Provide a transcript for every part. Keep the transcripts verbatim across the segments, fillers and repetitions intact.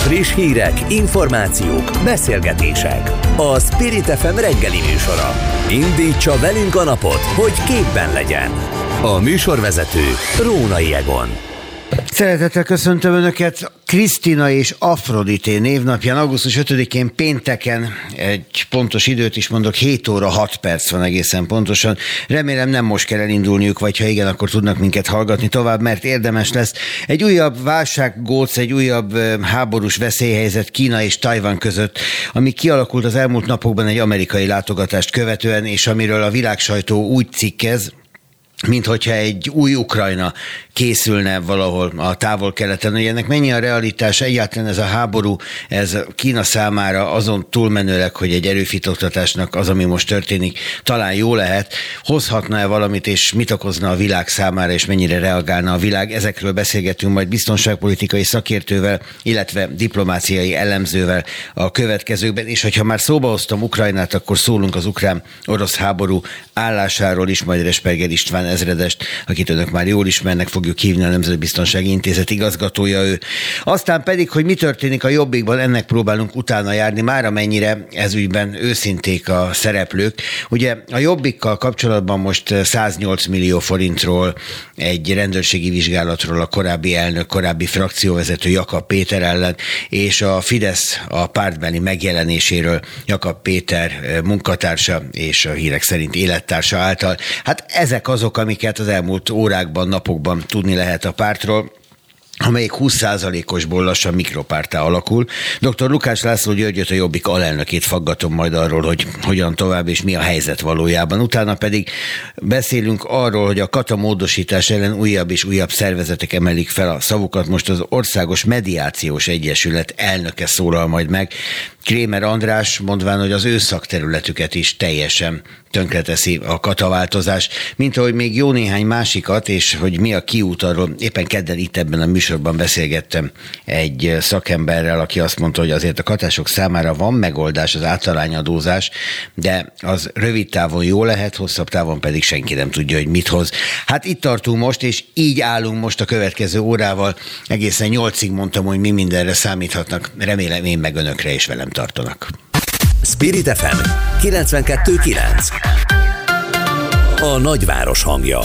Friss hírek, információk, beszélgetések. A Spirit ef em reggeli műsora. Indítsa velünk a napot, hogy képben legyen. A műsorvezető Rónai Egon. Szeretettel köszöntöm Önöket Krisztina és Afrodité névnapján, augusztus ötödikén pénteken, egy pontos időt is mondok, hét óra hat perc van egészen pontosan. Remélem nem most kell elindulniuk, vagy ha igen, akkor tudnak minket hallgatni tovább, mert érdemes lesz. Egy újabb válsággóc, egy újabb háborús veszélyhelyzet Kína és Tajvan között, ami kialakult az elmúlt napokban egy amerikai látogatást követően, és amiről a világsajtó úgy cikkez, mint hogyha egy új Ukrajna készülne valahol a távol-keleten. Hogy ennek mennyi a realitás, egyáltalán ez a háború, ez Kína számára azon túlmenőleg, hogy egy erőfitoktatásnak az, ami most történik, talán jó lehet, hozhatna-e valamit, és mit okozna a világ számára, és mennyire reagálna a világ. Ezekről beszélgetünk majd biztonságpolitikai szakértővel, illetve diplomáciai elemzővel a következőkben, és hogyha már szóba hoztam Ukrajnát, akkor szólunk az ukrán-orosz háború állásáról is, majd Resperger István ezredest, akit önök már jól ismernek, fogjuk hívni, a Nemzetbiztonsági Intézet igazgatója ő. Aztán pedig, hogy mi történik a Jobbikban, ennek próbálunk utána járni, már amennyire ezügyben őszinték a szereplők. Ugye a Jobbikkal kapcsolatban most száznyolc millió forintról, egy rendőrségi vizsgálatról a korábbi elnök, korábbi frakcióvezető Jakab Péter ellen, és a Fidesz a pártbeli megjelenéséről Jakab Péter munkatársa és a hírek szerint élettársa által. Hát ezek azok, amiket az elmúlt órákban, napokban tudni lehet a pártról, amelyik húsz százalékosból lassan mikropárttá alakul. doktor Lukács László Györgyöt, a Jobbik alelnökét faggatom majd arról, hogy hogyan tovább és mi a helyzet valójában. Utána pedig beszélünk arról, hogy a katamódosítás ellen újabb és újabb szervezetek emelik fel a szavukat. Most az Országos Mediációs Egyesület elnöke szólal majd meg, Krémer András, mondván, hogy az ő szakterületüket is teljesen tönkreteszi a kataváltozás, mint ahogy még jó néhány másikat, és hogy mi a kiút, arról éppen kedden itt ebben a műsorban beszélgettem egy szakemberrel, aki azt mondta, hogy azért a katások számára van megoldás, az általányadózás, de az rövid távon jó lehet, hosszabb távon pedig senki nem tudja, hogy mit hoz. Hát itt tartunk most, és így állunk most a következő órával. Egészen nyolcig mondtam, hogy mi mindenre számíthatnak. Remélem én meg önökre és velem tartanak. Spirit ef em kilencvenkettő kilenc. A nagyváros hangja.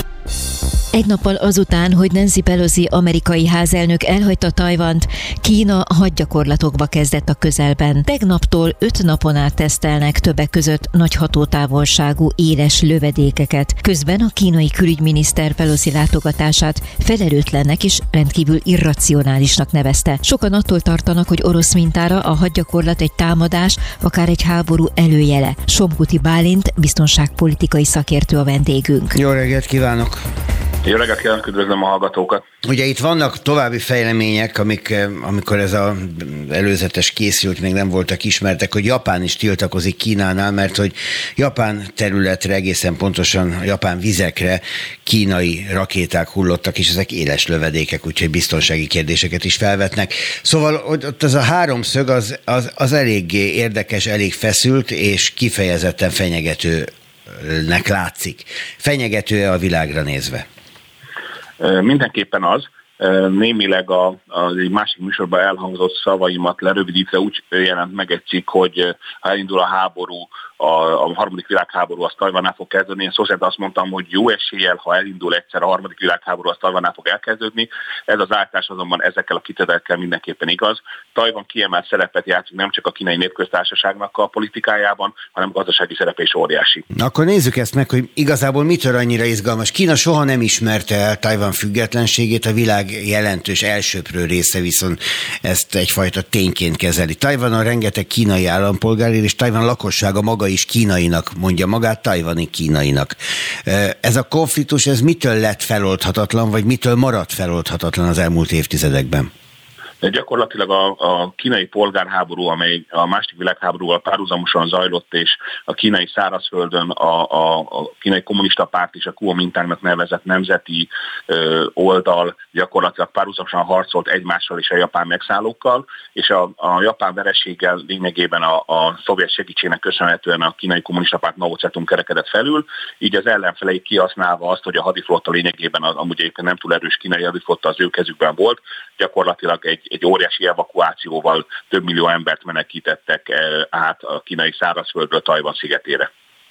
Egy nappal azután, hogy Nancy Pelosi amerikai házelnök elhagyta Tajvant, Kína hadgyakorlatokba kezdett a közelben. Tegnaptól öt napon át tesztelnek többek között nagy hatótávolságú éles lövedékeket. Közben a kínai külügyminiszter Pelosi látogatását felelőtlennek és rendkívül irracionálisnak nevezte. Sokan attól tartanak, hogy orosz mintára a hadgyakorlat egy támadás, akár egy háború előjele. Somkuti Bálint, biztonságpolitikai szakértő a vendégünk. Jó reggelt kívánok! Jó reggelt kívánok, üdvözlöm a hallgatókat! Ugye itt vannak további fejlemények, amik, amikor ez az előzetes készült, még nem voltak ismertek, hogy Japán is tiltakozik Kínánál, mert hogy Japán területre, egészen pontosan a japán vizekre kínai rakéták hullottak, és ezek éles lövedékek, úgyhogy biztonsági kérdéseket is felvetnek. Szóval ott az a háromszög az, az, az eléggé érdekes, elég feszült, és kifejezetten fenyegetőnek látszik. Fenyegető-e a világra nézve? Mindenképpen az. Némileg a, a egy másik műsorban elhangzott szavaimat lerövidítve úgy jelent meg egy cikk, hogy ha elindul a háború, a, a harmadik világháború, az Tajvannál fog kezdődni. Én szó szerint azt mondtam, hogy jó eséllyel, ha elindul egyszer a harmadik világháború, az Tajvannál fog elkezdődni. Ez az állítás azonban ezekkel a kitételekkel mindenképpen igaz. Tajvan kiemelt szerepet játszik nem csak a Kínai Népköztársaságnak a politikájában, hanem a gazdasági szerepe is óriási. Akkor nézzük ezt meg, hogy igazából mitől annyira izgalmas. Kína soha nem ismerte el Tajvan függetlenségét, a világ jelentős elsöprő része viszont ezt egyfajta tényként kezeli. Tajvanon rengeteg kínai állampolgár él, és Tajvan lakossága maga is kínainak mondja magát, tajvani kínainak. Ez a konfliktus, ez mitől lett feloldhatatlan, vagy mitől maradt feloldhatatlan az elmúlt évtizedekben? De gyakorlatilag a, a kínai polgárháború, amely a második világháborúval párhuzamosan zajlott, és a kínai szárazföldön a, a, a kínai kommunista párt és a Kuomintangnak nevezett nemzeti ö, oldal gyakorlatilag párhuzamosan harcolt egymással és a japán megszállókkal, és a, a japán vereséggel lényegében a, a szovjet segítségnek köszönhetően a kínai kommunista párt Mao Zedong kerekedett felül, így az ellenfelei kihasználva azt, hogy a hadiflotta lényegében amúgy egyébként nem túl erős kínai hadiflotta az ő kezükben volt, gyakorlatilag egy egy óriási evakuációval több millió embert menekítettek át a kínai szárazföldről Tajvan szigetére.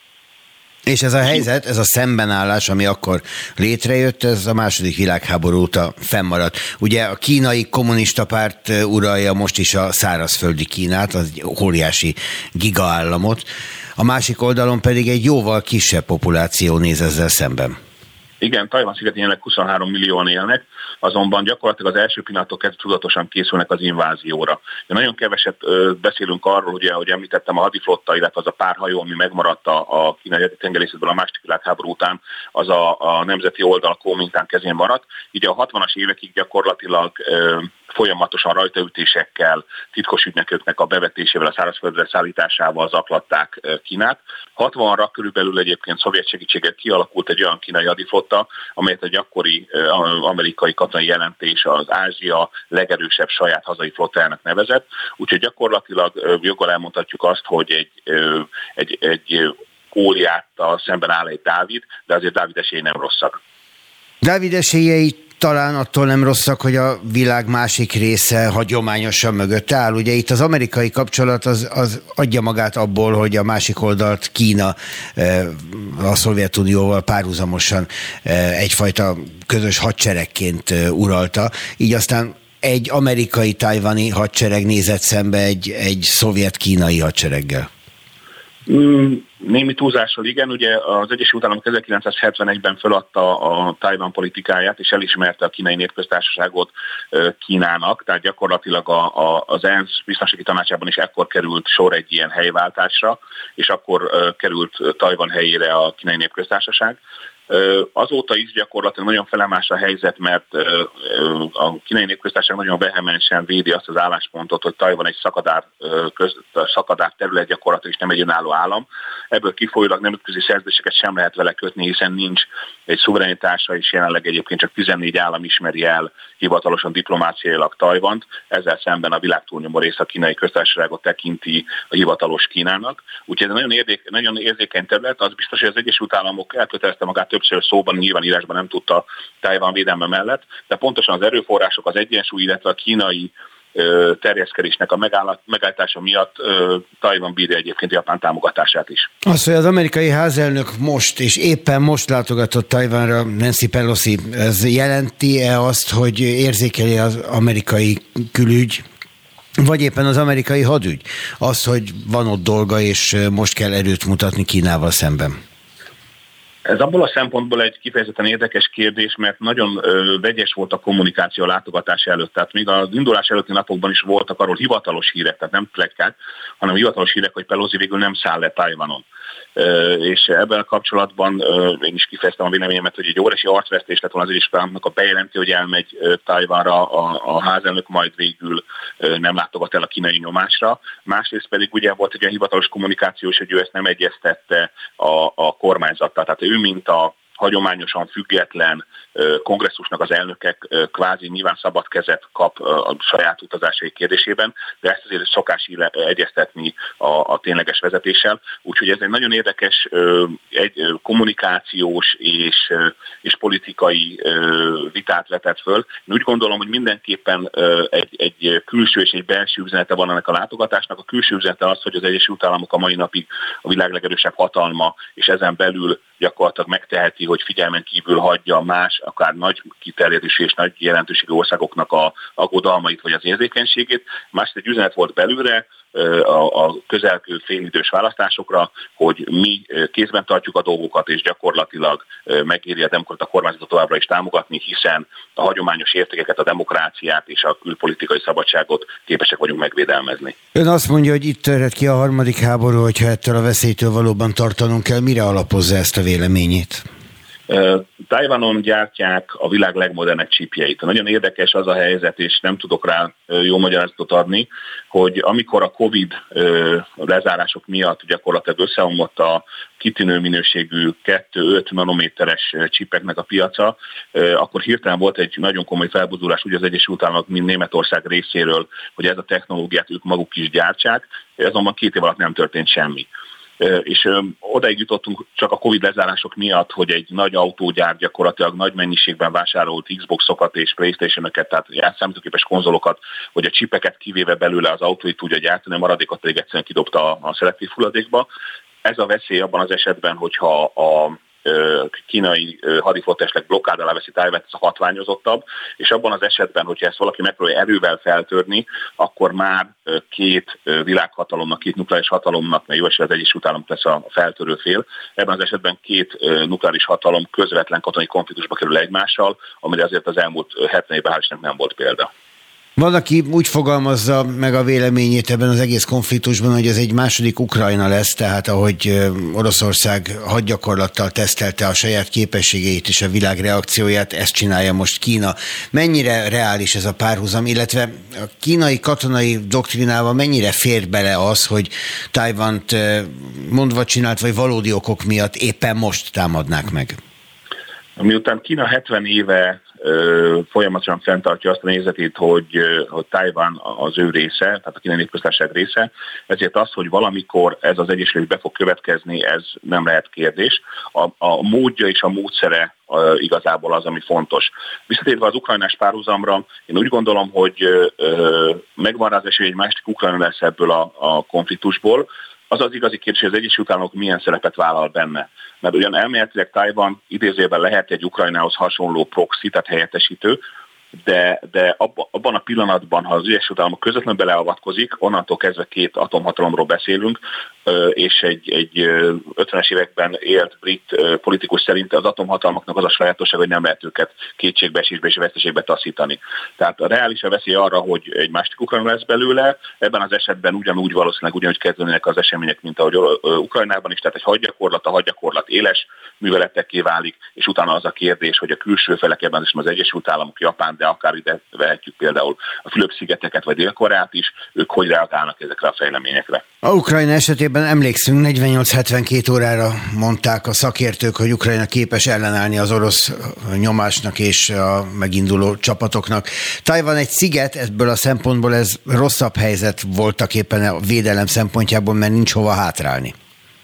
És ez a helyzet, ez a szembenállás, ami akkor létrejött, ez a második világháború óta fennmaradt. Ugye a kínai kommunista párt uralja most is a szárazföldi Kínát, az egy óriási gigaállamot, a másik oldalon pedig egy jóval kisebb populáció néz ezzel szemben. Igen, Tajvan szigetén jelenleg huszonhárom millióan élnek, azonban gyakorlatilag az első pillanattól kezdve tudatosan készülnek az invázióra. De nagyon keveset ö, beszélünk arról, ugye, hogy említettem, a hadiflotta, illetve az a pár hajó, ami megmaradt a, a kínai tengerészetből a második világháború után, az a, a nemzeti oldal Kuomintang kezén maradt. Így a hatvanas évekig gyakorlatilag ö, folyamatosan rajtaütésekkel, titkos ügynököknek a bevetésével, a szárazföldre szállításával zaklatták Kínát. hatvanra körülbelül egyébként szovjet segítséggel kialakult egy olyan kínai hadiflotta, amelyet egy akkori amerikai katonai jelentés az Ázsia legerősebb saját hazai flottájának nevezett. Úgyhogy gyakorlatilag joggal elmondhatjuk azt, hogy egy, egy, egy Góliáttal szemben áll egy Dávid, de azért Dávid esélyei nem rosszak. Dávid esélyei talán attól nem rosszak, hogy a világ másik része hagyományosan mögött áll. Ugye itt az amerikai kapcsolat az, az adja magát abból, hogy a másik oldalt Kína a Szovjetunióval párhuzamosan egyfajta közös hadseregként uralta. Így aztán egy amerikai-tajvani hadsereg nézett szembe egy, egy szovjet-kínai hadsereggel. Mm, némi túlzással igen, ugye az Egyesült Államok ezerkilencszázhetvenegyben feladta a Tajvan politikáját, és elismerte a Kínai Népköztársaságot Kínának, tehát gyakorlatilag a, a, az ENSZ biztonsági tanácsában is ekkor került sor egy ilyen helyváltásra, és akkor került Tajvan helyére a Kínai Népköztársaság. Azóta is gyakorlatilag nagyon felemás a helyzet, mert a Kínai Népköztársaság nagyon vehemensen védi azt az álláspontot, hogy Tajvan egy szakadár, köz, szakadár terület gyakorlatilag, és nem egy önálló állam. Ebből kifolyólag nemzetközi szerződéseket sem lehet vele kötni, hiszen nincs egy szuverenitása, és jelenleg egyébként csak tizennégy állam ismeri el hivatalosan diplomáciailag Tajvant. Ezzel szemben a világ túlnyomó része a Kínai Köztársaságot tekinti a hivatalos Kínának. Úgyhogy ez nagyon, érdek, nagyon érzékeny terület. Az biztos, hogy az Egyesült Államok elkötelezte magát többször szóban, nyilván írásban nem tudta Tajvan védelme mellett, de pontosan az erőforrások, az egyensúly, illetve a kínai ö, terjeszkedésnek a megállítása miatt ö, Tajvan bírja egyébként Japán támogatását is. Az, hogy az amerikai házelnök most, és éppen most látogatott Tajvanra Nancy Pelosi, ez jelenti-e azt, hogy érzékeli az amerikai külügy, vagy éppen az amerikai hadügy azt, hogy van ott dolga, és most kell erőt mutatni Kínával szemben? Ez abból a szempontból egy kifejezetten érdekes kérdés, mert nagyon ö, vegyes volt a kommunikáció a látogatás előtt. Tehát még az indulás előtti napokban is voltak arról hivatalos hírek, tehát nem pletykák, hanem hivatalos hírek, hogy Pelosi végül nem száll le Tajvanon. Ö, és ebben kapcsolatban ö, én is kifejeztem a véleményemet, hogy egy óriási arcvesztés lett volna az Egyesült Államoknak, a bejelenti, hogy elmegy ö, Tajvanra a, a házelnök, majd végül ö, nem látogat el a kínai nyomásra. Másrészt pedig ugye volt egy olyan hivatalos kommunikáció, és hogy ő ezt nem egyeztette a, a kormányzattal. Tehát ő, mint a hagyományosan független kongresszusnak az elnökek kvázi nyilván szabad kezet kap a saját utazásai kérdésében, de ezt azért szokás egyeztetni a, a tényleges vezetéssel. Úgyhogy ez egy nagyon érdekes egy kommunikációs és, és politikai vitát vetett föl. Én úgy gondolom, hogy mindenképpen egy, egy külső és egy belső üzenete van ennek a látogatásnak. A külső üzenete az, hogy az Egyesült Államok a mai napig a világ legerősebb hatalma, és ezen belül gyakorlatilag megteheti, hogy figyelmen kívül hagyja más, akár nagy kiterjedésű és nagy jelentőségű országoknak a aggodalmait vagy az érzékenységét. Másrészt egy üzenet volt belülre a, a közelgő félidős választásokra, hogy mi kézben tartjuk a dolgokat, és gyakorlatilag megéri a demokrata kormányzatot továbbra is támogatni, hiszen a hagyományos értékeket, a demokráciát és a külpolitikai szabadságot képesek vagyunk megvédelmezni. Ön azt mondja, hogy itt törhet ki a harmadik háború, hogyha ettől a veszélytől valóban tartanunk kell. Mire alapozza ezt a véleményét? Tajvanon gyártják a világ legmodernebb csipjeit. Nagyon érdekes az a helyzet, és nem tudok rá jó magyarázatot adni, hogy amikor a Covid lezárások miatt gyakorlatilag összeomlott a kitűnő minőségű kettő-öt nanométeres csipeknek a piaca, akkor hirtelen volt egy nagyon komoly felbuzdulás úgy az Egyesült Államok, mint Németország részéről, hogy ez a technológiát ők maguk is gyártsák, azonban két év alatt nem történt semmi. És odaig jutottunk csak a Covid lezárások miatt, hogy egy nagy autógyár gyakorlatilag nagy mennyiségben vásárolt Xboxokat és PlayStation-öket, tehát számítógépes konzolokat, hogy a csipeket kivéve belőle az autóit tudja gyártani, a maradékot pedig egyszerűen kidobta a szelektív hulladékba. Ez a veszély abban az esetben, hogyha a kínai hadiflottestek blokkád alá veszi Tajvant, ez a hatványozottabb, és abban az esetben, hogyha ezt valaki megpróbálja erővel feltörni, akkor már két világhatalomnak, két nukleáris hatalomnak, mert jó esetben az Egyesült Államok lesz a feltörő fél, ebben az esetben két nukleáris hatalom közvetlen katonai konfliktusba kerül egymással, amire azért az elmúlt hetven évben hál' Istennek nem volt példa. Van, aki úgy fogalmazza meg a véleményét ebben az egész konfliktusban, hogy ez egy második Ukrajna lesz, tehát ahogy Oroszország hadgyakorlattal tesztelte a saját képességeit és a világ reakcióját, ezt csinálja most Kína. Mennyire reális ez a párhuzam, illetve a kínai katonai doktrinával mennyire fér bele az, hogy Tajvant mondva csinált, vagy valódi okok miatt éppen most támadnák meg? Miután Kína hetven éve ö, folyamatosan fenntartja azt a nézetét, hogy, hogy Tajvan az ő része, tehát a Kínai Népköztársaság része, ezért az, hogy valamikor ez az egyesülés be fog következni, ez nem lehet kérdés. A, a módja és a módszere a, igazából az, ami fontos. Visszatérve az ukrajnás párhuzamra, én úgy gondolom, hogy ö, megvan rá az esély, hogy egy másik Ukrajna lesz ebből a, a konfliktusból. Az az igazi kérdés, hogy az Egyesült Államok milyen szerepet vállal benne. Mert ugyan elméletileg Tajvan idézőjelben lehet egy Ukrajnához hasonló proxy, tehát helyettesítő, de, de abban a pillanatban, ha az Egyesült Államok közvetlenül beleavatkozik, onnantól kezdve két atomhatalomról beszélünk, és egy, egy ötvenes években élt brit politikus szerint az atomhatalmaknak az a sajátosság, hogy nem lehet őket kétségbeesésbe és veszteségbe taszítani. Tehát a reális a veszély arra, hogy egy másik Ukrajna lesz belőle, ebben az esetben ugyanúgy valószínűleg ugyanúgy kezdődnek az események, mint ahogy Ukrajnában is, tehát egy hadgyakorlat, a hadgyakorlat éles műveletekké válik, és utána az a kérdés, hogy a külső felek, ebben is az Egyesült Államok, Japán, de akár ide vehetjük például a Fülöp-szigeteket vagy Dél-Koreát is, ők hogy reagálnak ezekre a fejleményekre. A Ukrajna esetében emlékszünk, negyvennyolc-hetvenkét órára mondták a szakértők, hogy Ukrajna képes ellenállni az orosz nyomásnak és a meginduló csapatoknak. Tajvan egy sziget, ebből a szempontból ez rosszabb helyzet voltak éppen a védelem szempontjából, mert nincs hova hátrálni.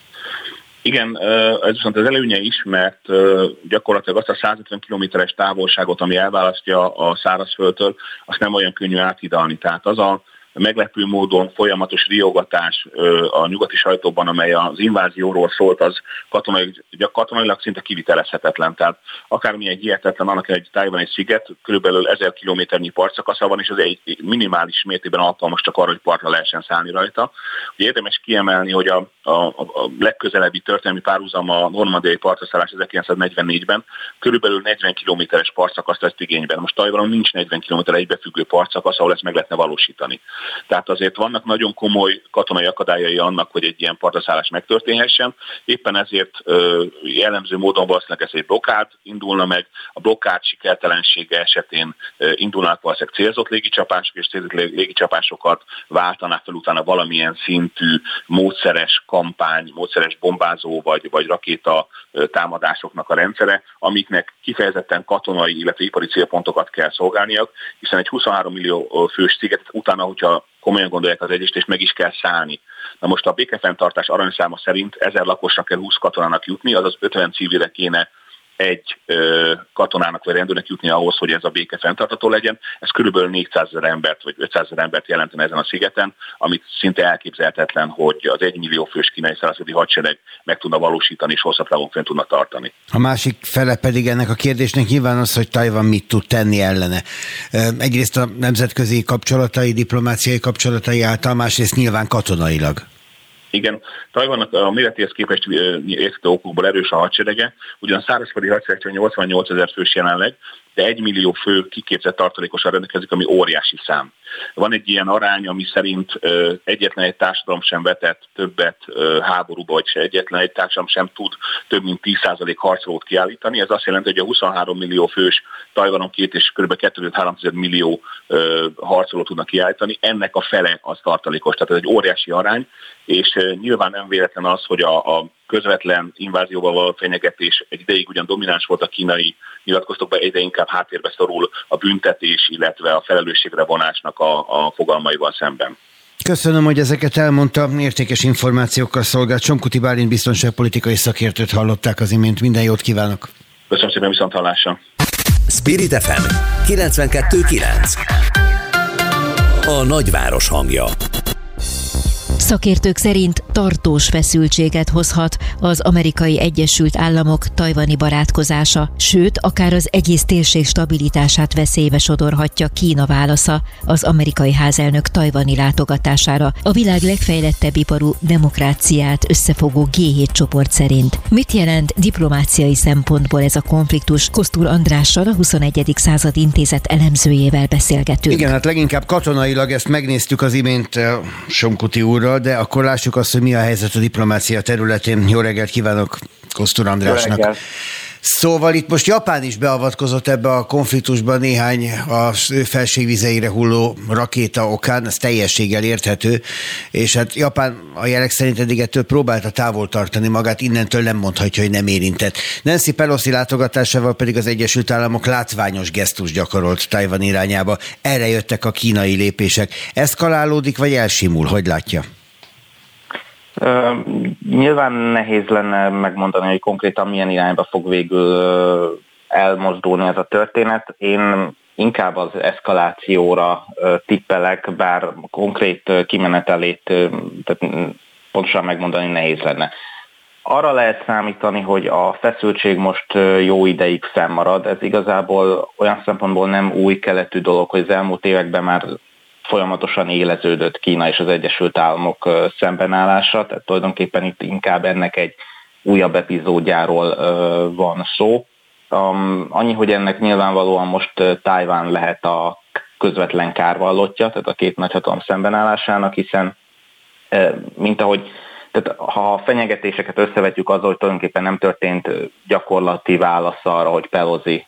Igen, ez viszont az előnye is, mert gyakorlatilag azt a százötven kilométeres távolságot, ami elválasztja a szárazföldtől, azt nem olyan könnyű áthidalni. Tehát az a meglepő módon folyamatos riogatás a nyugati sajtóban, amely az invázióról szólt, az katonai, katonailag szinte kivitelezhetetlen. Tehát akármilyen hihetetlen, annak egy Tajvan egy sziget, körülbelül ezer kilométernyi partszakasza van, és az egy minimális mértékben alkalmas csak arra, hogy partra lehessen szállni rajta. Ugye érdemes kiemelni, hogy a, a, a legközelebbi történelmi párhuzam a normandiai partraszállás ezerkilencszáznegyvennégyben körülbelül negyven kilométeres partszakaszt vett igényben. Most Tajvanon nincs negyven kilométer egybefüggő partszakasz, ahol ezt meg lehetne valósítani. Tehát azért vannak nagyon komoly katonai akadályai annak, hogy egy ilyen partraszállás megtörténhessen. Éppen ezért ö, jellemző módon valószínűleg ez egy blokkád indulna meg. A blokkád sikertelensége esetén ö, indulnak valószínűleg célzott légicsapások, és célzott légicsapásokat váltaná fel utána valamilyen szintű módszeres kampány, módszeres bombázó vagy, vagy rakéta támadásoknak a rendszere, amiknek kifejezetten katonai, illetve ipari célpontokat kell szolgálniak, hiszen egy huszonhárom millió fős sziget utána, hogyha komolyan gondolják az egyesítést, meg is kell szállni. Na most a békefenntartás aranyszáma szerint ezer lakosra kell húsz katonának jutni, azaz ötven civilre kéne egy ö, katonának vagy rendőrnek jutni ahhoz, hogy ez a béke fenntartható legyen. Ez körülbelül négyszázezer embert vagy ötszázezer embert jelentene ezen a szigeten, amit szinte elképzelhetetlen, hogy az egymillió fős kínai szárazföldi hadsereg meg tudna valósítani és hosszabb távon fent tudna tartani. A másik fele pedig ennek a kérdésnek nyilván az, hogy Tajvan mit tud tenni ellene. Egyrészt a nemzetközi kapcsolatai, diplomáciai kapcsolatai által, másrészt nyilván katonailag. Igen, Tajvannak a méretéhez képest érthető okokból erős a hadserege, ugyan a szárazföldi hadsereg csak nyolcvannyolc ezer fős jelenleg, de egy millió fő kiképzett tartalékosan rendelkezik, ami óriási szám. Van egy ilyen arány, ami szerint ö, egyetlen egy társadalom sem vetett többet ö, háborúba, vagy se egyetlen egy társadalom sem tud több mint tíz százalék harcolót kiállítani. Ez azt jelenti, hogy a huszonhárom millió fős Tajvanon két és kb. kettő-három millió ö, harcolót tudnak kiállítani. Ennek a fele az tartalékos, tehát ez egy óriási arány, és ö, nyilván nem véletlen az, hogy a, a közvetlen invázióval való fenyegetés egy ideig ugyan domináns volt a kínai nyilatkozatokban, egyre inkább háttérbe szorul a büntetés, illetve a felelősségre vonásnak a, a fogalmaival szemben. köszönöm, hogy ezeket elmondta, értékes információkkal szolgált. Csomkuti Bálint biztonságpolitikai szakértőt hallották az imént. Minden jót kívánok! Köszönöm szépen, viszont hallásra! Spirit ef em kilencvenkettő kilenc. A nagyváros hangja. Szakértők szerint tartós feszültséget hozhat az Amerikai Egyesült Államok tajvani barátkozása, sőt, akár az egész térség stabilitását veszélybe sodorhatja Kína válasza az amerikai házelnök tajvani látogatására, a világ legfejlettebb iparú demokráciát összefogó gé hét csoport szerint. Mit jelent diplomáciai szempontból ez a konfliktus? Kosztúr Andrással, a huszonegyedik század intézet elemzőjével beszélgetünk. Igen, hát leginkább katonailag ezt megnéztük az imént Somkuti úrral, de akkor lássuk azt, hogy mi a helyzet a diplomácia területén. Jó reggelt kívánok Kosztúr Andrásnak. Szóval itt most Japán is beavatkozott ebbe a konfliktusba, néhány az ő felségvizeire hulló rakéta okán, ez teljességgel érthető, és hát Japán a jelek szerint eddig ettől próbálta távol tartani magát, innentől nem mondhatja, hogy nem érintett. Nancy Pelosi látogatásával pedig az Egyesült Államok látványos gesztus gyakorolt Tajvan irányába. Erre jöttek a kínai lépések. Eszkalálódik, vagy elsimul? Hogy látja? Uh, nyilván nehéz lenne megmondani, hogy konkrétan milyen irányba fog végül uh, elmozdulni ez a történet. Én inkább az eszkalációra uh, tippelek, bár konkrét uh, kimenetelét uh, tehát pontosan megmondani nehéz lenne. Arra lehet számítani, hogy a feszültség most uh, jó ideig fennmarad. Ez igazából olyan szempontból nem új keletű dolog, hogy az elmúlt években már folyamatosan éleződött Kína és az Egyesült Államok szembenállása, tehát tulajdonképpen itt inkább ennek egy újabb epizódjáról van szó. Um, annyi, hogy ennek nyilvánvalóan most Tajvan lehet a közvetlen kárvallottja, tehát a két nagyhatalom szembenállásának, hiszen mint ahogy, tehát ha a fenyegetéseket összevetjük azzal, hogy tulajdonképpen nem történt gyakorlati válasz arra, hogy Pelosi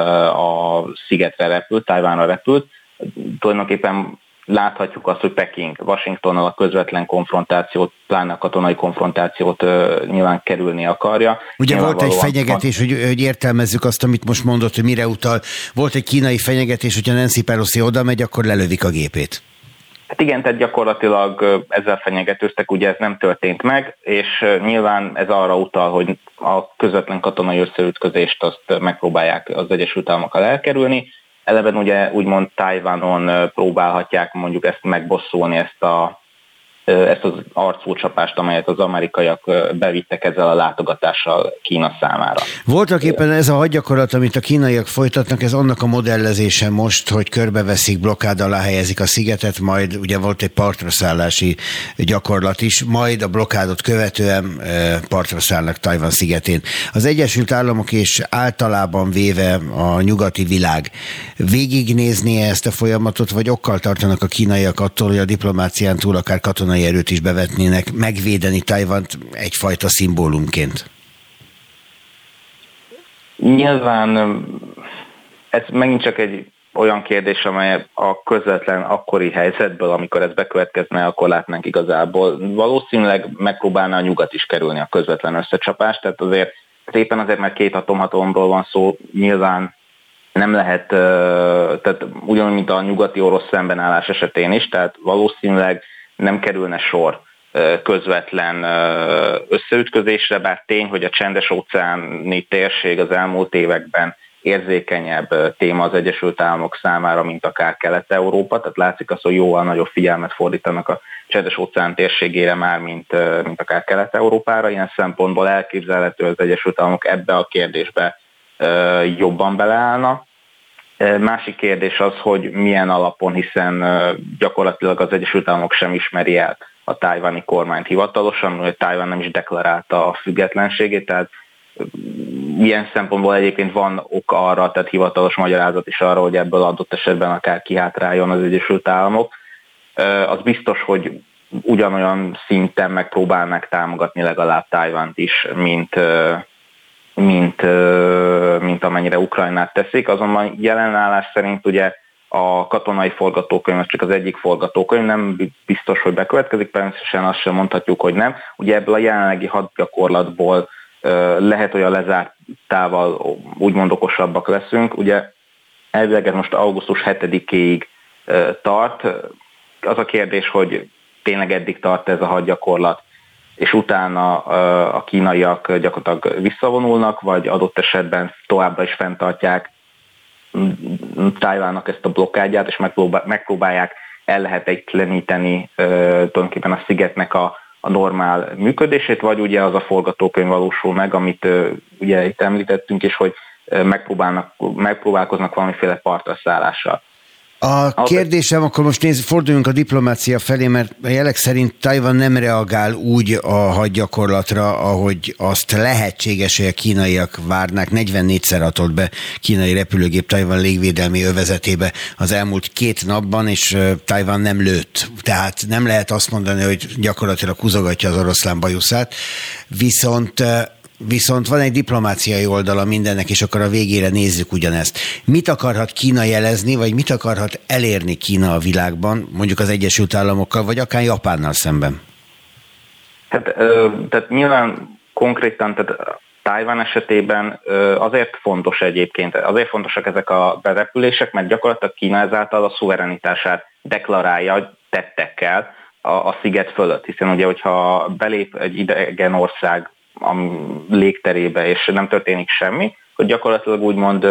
a szigetre repült, Tajvanra repült, tulajdonképpen láthatjuk azt, hogy Peking Washingtonnal a közvetlen konfrontációt, pláne a katonai konfrontációt uh, nyilván kerülni akarja. Ugye volt egy fenyegetés, hogy, hogy értelmezzük azt, amit most mondott, hogy mire utal. Volt egy kínai fenyegetés, hogyha Nancy Pelosi oda megy, akkor lelövik a gépét. Hát igen, tehát gyakorlatilag ezzel fenyegetőztek, ugye ez nem történt meg, és nyilván ez arra utal, hogy a közvetlen katonai összeütközést azt megpróbálják az Egyesült Államokkal elkerülni. Eleben ugye úgymond Tajvanon próbálhatják mondjuk ezt megbosszulni, ezt, a, ezt az arcúcsapást, amelyet az amerikaiak bevittek ezzel a látogatással Kína számára. Voltak éppen ez a hadgyakorlat, amit a kínaiak folytatnak, ez annak a modellezése most, hogy körbeveszik, blokkád alá helyezik a szigetet, majd ugye volt egy partraszállási gyakorlat is, majd a blokkádot követően partra szállnak Tajvan szigetén. Az Egyesült Államok és általában véve a nyugati világ végignéznie ezt a folyamatot, vagy okkal tartanak a kínaiak attól, hogy a diplomácián túl akár katonai erőt is bevetnének, megvédeni Tajvant egyfajta szimbólumként? Nyilván ez megint csak egy olyan kérdés, amely a közvetlen akkori helyzetből, amikor ez bekövetkezne, akkor látnánk igazából. Valószínűleg megpróbálna a nyugat is kerülni a közvetlen összecsapást, tehát azért éppen azért, mert két atomhatalomról van szó, nyilván nem lehet, tehát ugyanúgy, mint a nyugati-orosz szembenállás esetén is, tehát valószínűleg nem kerülne sor közvetlen összeütközésre, bár tény, hogy a csendes-óceáni térség az elmúlt években érzékenyebb téma az Egyesült Államok számára, mint akár Kelet-Európa, tehát látszik az, hogy jóval nagyobb figyelmet fordítanak a csendes-óceán térségére már, mint, mint akár Kelet-Európára. Ilyen szempontból elképzelhető, az Egyesült Államok ebbe a kérdésbe jobban beleállna. Másik kérdés az, hogy milyen alapon, hiszen gyakorlatilag az Egyesült Államok sem ismeri el a tajvani kormányt hivatalosan, hogy Tajvan nem is deklarálta a függetlenségét, tehát ilyen szempontból egyébként van ok arra, tehát hivatalos magyarázat is arra, hogy ebből adott esetben akár kihátráljon az Egyesült Államok. Az biztos, hogy ugyanolyan szinten megpróbálnak támogatni legalább Tajvant is, mint, mint, mint amennyire Ukrajnát teszik. Azonban jelenállás szerint ugye a katonai forgatókönyv az csak az egyik forgatókönyv, nem biztos, hogy bekövetkezik, természetesen azt sem mondhatjuk, hogy nem. Ugye ebből a jelenlegi hadgyakorlatból lehet, hogy a lezártával úgymond okosabbak leszünk. Ugye elvileg ez most augusztus hetedikéig tart. Az a kérdés, hogy tényleg eddig tart ez a hadgyakorlat, és utána a kínaiak gyakorlatilag visszavonulnak, vagy adott esetben továbbra is fenntartják Tajvannak ezt a blokkádját, és megpróbálják ellehetetleníteni tulajdonképpen a szigetnek a, a normál működését, vagy ugye az a forgatókönyv valósul meg, amit ugye itt említettünk, és hogy megpróbálnak, megpróbálkoznak valamiféle partra szállással. A kérdésem, akkor most nézd, forduljunk a diplomácia felé, mert a jelek szerint Tajvan nem reagál úgy a hadgyakorlatra, ahogy azt lehetséges, hogy a kínaiak várnák. negyvennégyszer hatolt be kínai repülőgép Tajvan légvédelmi övezetébe az elmúlt két napban, és Tajvan nem lőtt. Tehát nem lehet azt mondani, hogy gyakorlatilag húzogatja az oroszlán bajuszát. Viszont Viszont van egy diplomáciai oldala mindennek, és akkor a végére nézzük ugyanezt. Mit akarhat Kína jelezni, vagy mit akarhat elérni Kína a világban, mondjuk az Egyesült Államokkal, vagy akár Japánnal szemben? Tehát, tehát nyilván konkrétan, tehát Tajvan esetében azért fontos egyébként, azért fontosak ezek a berepülések, mert gyakorlatilag Kína ezáltal a szuverenitását deklarálja tettekkel a, a sziget fölött, hiszen ugye, hogyha belép egy idegen ország a légterébe, és nem történik semmi, hogy gyakorlatilag úgymond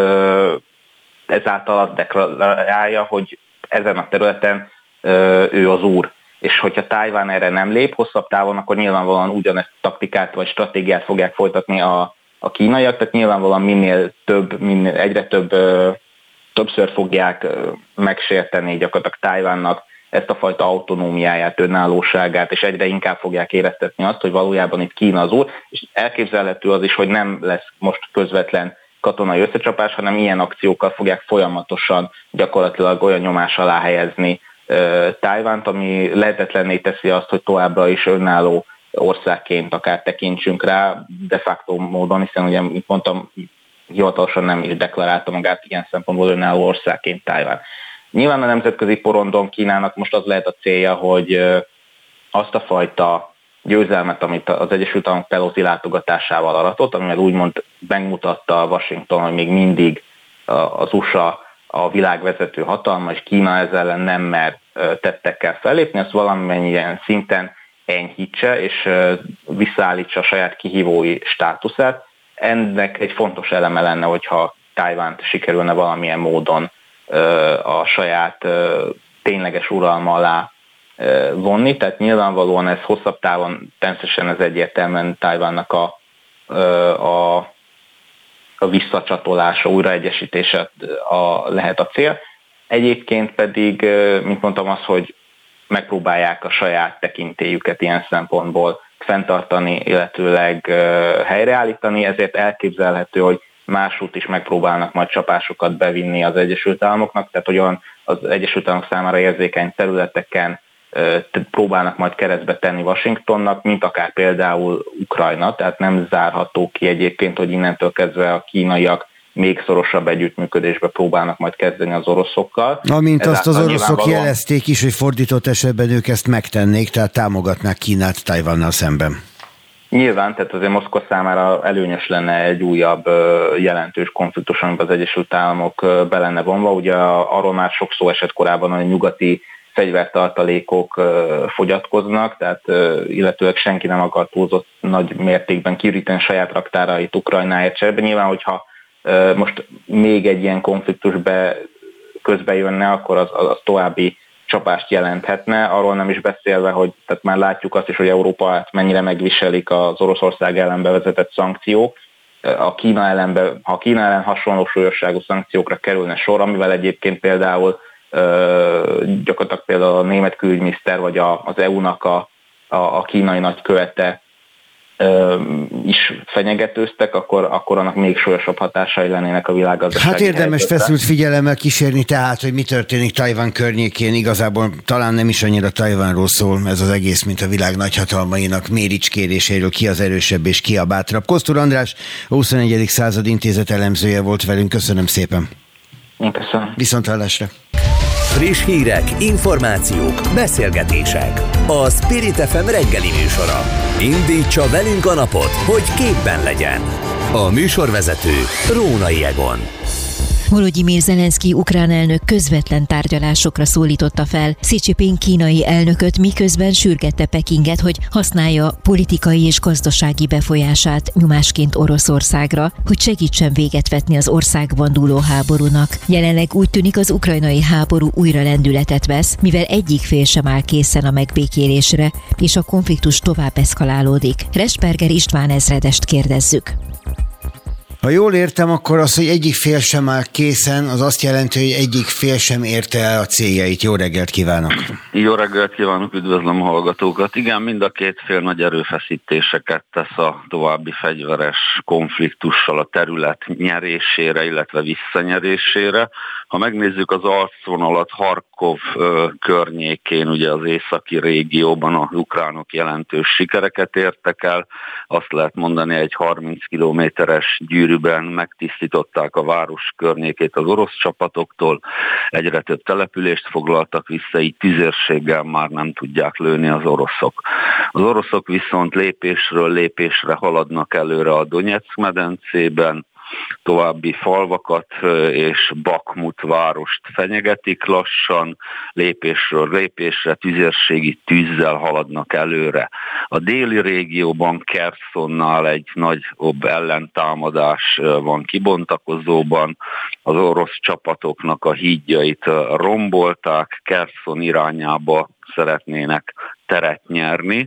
ezáltal azt deklarálja, hogy ezen a területen ő az úr. És hogyha Tajvan erre nem lép hosszabb távon, akkor nyilvánvalóan ugyanezt taktikát vagy stratégiát fogják folytatni a, a kínaiak, tehát nyilvánvalóan minél több, minél egyre több, többször fogják megsérteni gyakorlatilag Tajvannak ezt a fajta autonómiáját, önállóságát, és egyre inkább fogják éreztetni azt, hogy valójában itt Kína az úr, és elképzelhető az is, hogy nem lesz most közvetlen katonai összecsapás, hanem ilyen akciókkal fogják folyamatosan gyakorlatilag olyan nyomás alá helyezni uh, Tajvant, ami lehetetlenné teszi azt, hogy továbbra is önálló országként akár tekintsünk rá, de facto módon, hiszen ugye, mint mondtam, hivatalosan nem is deklarálta magát ilyen szempontból önálló országként Tajvan. Nyilván a nemzetközi porondon Kínának most az lehet a célja, hogy azt a fajta győzelmet, amit az Egyesült Államok Pelosi látogatásával aratott, amivel úgymond megmutatta Washington, hogy még mindig az u es á a világvezető hatalma, és Kína ezzel ellen nem mer tettekkel fellépni, ezt valamennyien szinten enyhítse, és visszaállítsa a saját kihívói státuszát. Ennek egy fontos eleme lenne, hogyha Tajvant sikerülne valamilyen módon a saját tényleges uralma alá vonni, tehát nyilvánvalóan ez hosszabb távon, természetesen ez egyértelműen Tajvannak a, a, a visszacsatolása, újraegyesítése a, lehet a cél. Egyébként pedig, mint mondtam, az, hogy megpróbálják a saját tekintélyüket ilyen szempontból fenntartani, illetőleg helyreállítani, ezért elképzelhető, hogy másút is megpróbálnak majd csapásokat bevinni az Egyesült Államoknak, tehát olyan az Egyesült Államok számára érzékeny területeken próbálnak majd keresztbe tenni Washingtonnak, mint akár például Ukrajna, tehát nem zárható ki egyébként, hogy innentől kezdve a kínaiak még szorosabb együttműködésbe próbálnak majd kezdeni az oroszokkal. Amint azt az oroszok jelezték is, hogy fordított esetben ők ezt megtennék, tehát támogatnák Kínát Tajvannal szemben. Nyilván, tehát azért Moszkva számára előnyös lenne egy újabb jelentős konfliktus, amiben az Egyesült Államok be lenne vonva. Ugye arról már sok szó esett korábban, hogy nyugati fegyvertartalékok fogyatkoznak, tehát illetőleg senki nem akar túlzott nagy mértékben kiüríteni saját raktárait Ukrajnáért cserébe. Nyilván, hogyha most még egy ilyen konfliktus be, közbe jönne, akkor az, az további csapást jelenthetne, arról nem is beszélve, hogy tehát már látjuk azt is, hogy Európa mennyire megviselik az Oroszország ellen bevezetett szankciók. A Kína ellenbe, ha a Kína ellen hasonló súlyosságú szankciókra kerülne sor, amivel egyébként például gyakorlatilag például a német külügyminiszter vagy az é u-nak a, a, a kínai nagykövete is fenyegetőztek, akkor, akkor annak még súlyosabb hatásai lennének a világgazdasági Hát érdemes helyzetre. feszült figyelemmel kísérni tehát, hogy mi történik Tajvan környékén. Igazából talán nem is annyira Tajvanról szól ez az egész, mint a világ nagyhatalmainak méricskéréséről, ki az erősebb és ki a bátrabb. Kosztur András, a huszonegyedik század intézet elemzője volt velünk. Köszönöm szépen. Én köszönöm. Viszonthallásra. Friss hírek, információk, beszélgetések. A Spirit ef em reggeli műsora. Indítsa velünk a napot, hogy képben legyen. A műsorvezető Rónai Egon. Volodymyr Zelenszkij ukrán elnök közvetlen tárgyalásokra szólította fel Xi Jinping kínai elnököt, miközben sürgette Pekinget, hogy használja politikai és gazdasági befolyását nyomásként Oroszországra, hogy segítsen véget vetni az országban dúló háborúnak. Jelenleg úgy tűnik, az ukrajnai háború újra lendületet vesz, mivel egyik fél sem áll készen a megbékélésre, és a konfliktus tovább eszkalálódik. Resperger István ezredest kérdezzük. Ha jól értem, akkor az, hogy egyik fél sem áll készen, az azt jelenti, hogy egyik fél sem érte el a céljait. Jó reggelt kívánok! Jó reggelt kívánok, üdvözlöm a hallgatókat. Igen, mind a két fél nagy erőfeszítéseket tesz a további fegyveres konfliktussal a terület nyerésére, illetve visszanyerésére. Ha megnézzük az arcvonalat, Harkov ö, környékén, ugye az északi régióban az ukránok jelentős sikereket értek el. Azt lehet mondani, egy harminc kilométeres gyűrűben megtisztították a város környékét az orosz csapatoktól, egyre több települést foglaltak vissza, így tüzérséggel már nem tudják lőni az oroszok. Az oroszok viszont lépésről lépésre haladnak előre a Donyeck medencében, további falvakat és Bakmut várost fenyegetik lassan, lépésről lépésre tüzérségi tűzzel haladnak előre. A déli régióban Kerszonnál egy nagyobb ellentámadás van kibontakozóban, az orosz csapatoknak a hídjait rombolták, Kerszon irányába szeretnének teret nyerni,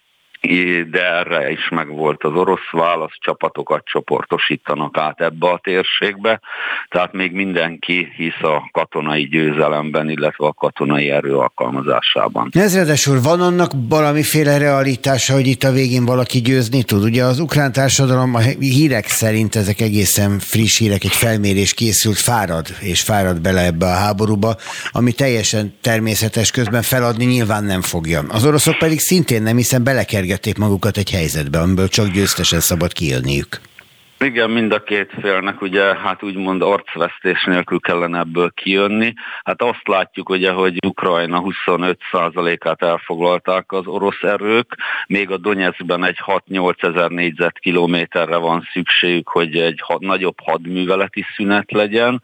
de erre is megvolt az orosz válasz, csapatokat csoportosítanak át ebbe a térségbe, tehát még mindenki hisz a katonai győzelemben, illetve a katonai erő alkalmazásában. Ezredes úr, van annak valamiféle realitása, hogy itt a végén valaki győzni tud? Ugye az ukrán társadalom, a hírek szerint, ezek egészen friss hírek, egy felmérés készült, fárad, és fárad bele ebbe a háborúba, ami teljesen természetes, közben feladni nyilván nem fogja. Az oroszok pedig szintén nem, hiszen belekergették magukat egy helyzetbe, amiből csak győztesen szabad kijönniük. Igen, mind a két félnek ugye, hát úgymond arcvesztés nélkül kellene ebből kijönni. Hát azt látjuk ugye, hogy Ukrajna huszonöt százalékát elfoglalták az orosz erők, még a Donyeckben egy hat-nyolc ezer négyzetkilométerre van szükségük, hogy egy had, nagyobb hadműveleti szünet legyen,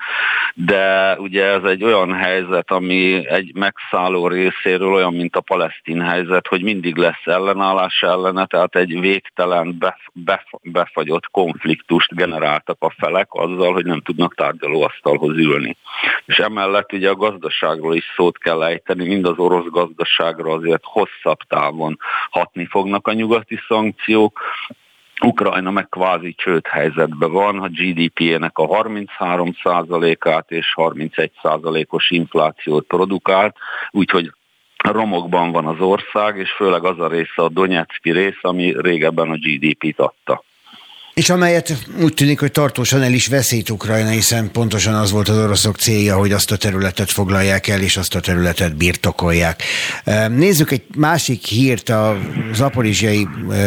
de ugye ez egy olyan helyzet, ami egy megszálló részéről olyan, mint a palesztin helyzet, hogy mindig lesz ellenállás ellene, tehát egy végtelen bef, bef, befagyott konfliktus generáltak a felek azzal, hogy nem tudnak tárgyalóasztalhoz ülni. És emellett ugye a gazdaságról is szót kell ejteni, mind az orosz gazdaságra azért hosszabb távon hatni fognak a nyugati szankciók. Ukrajna meg kvázi csődhelyzetben van, a gé dé pé-nek a harminchárom százalékát és harmincegy százalékos inflációt produkált, úgyhogy romokban van az ország, és főleg az a része, a Donyecky rész, ami régebben a gé dé pét adta. És amelyet úgy tűnik, hogy tartósan el is veszít Ukrajna, hiszen pontosan az volt az oroszok célja, hogy azt a területet foglalják el, és azt a területet birtokolják. Nézzük egy másik hírt, a zaporizsiai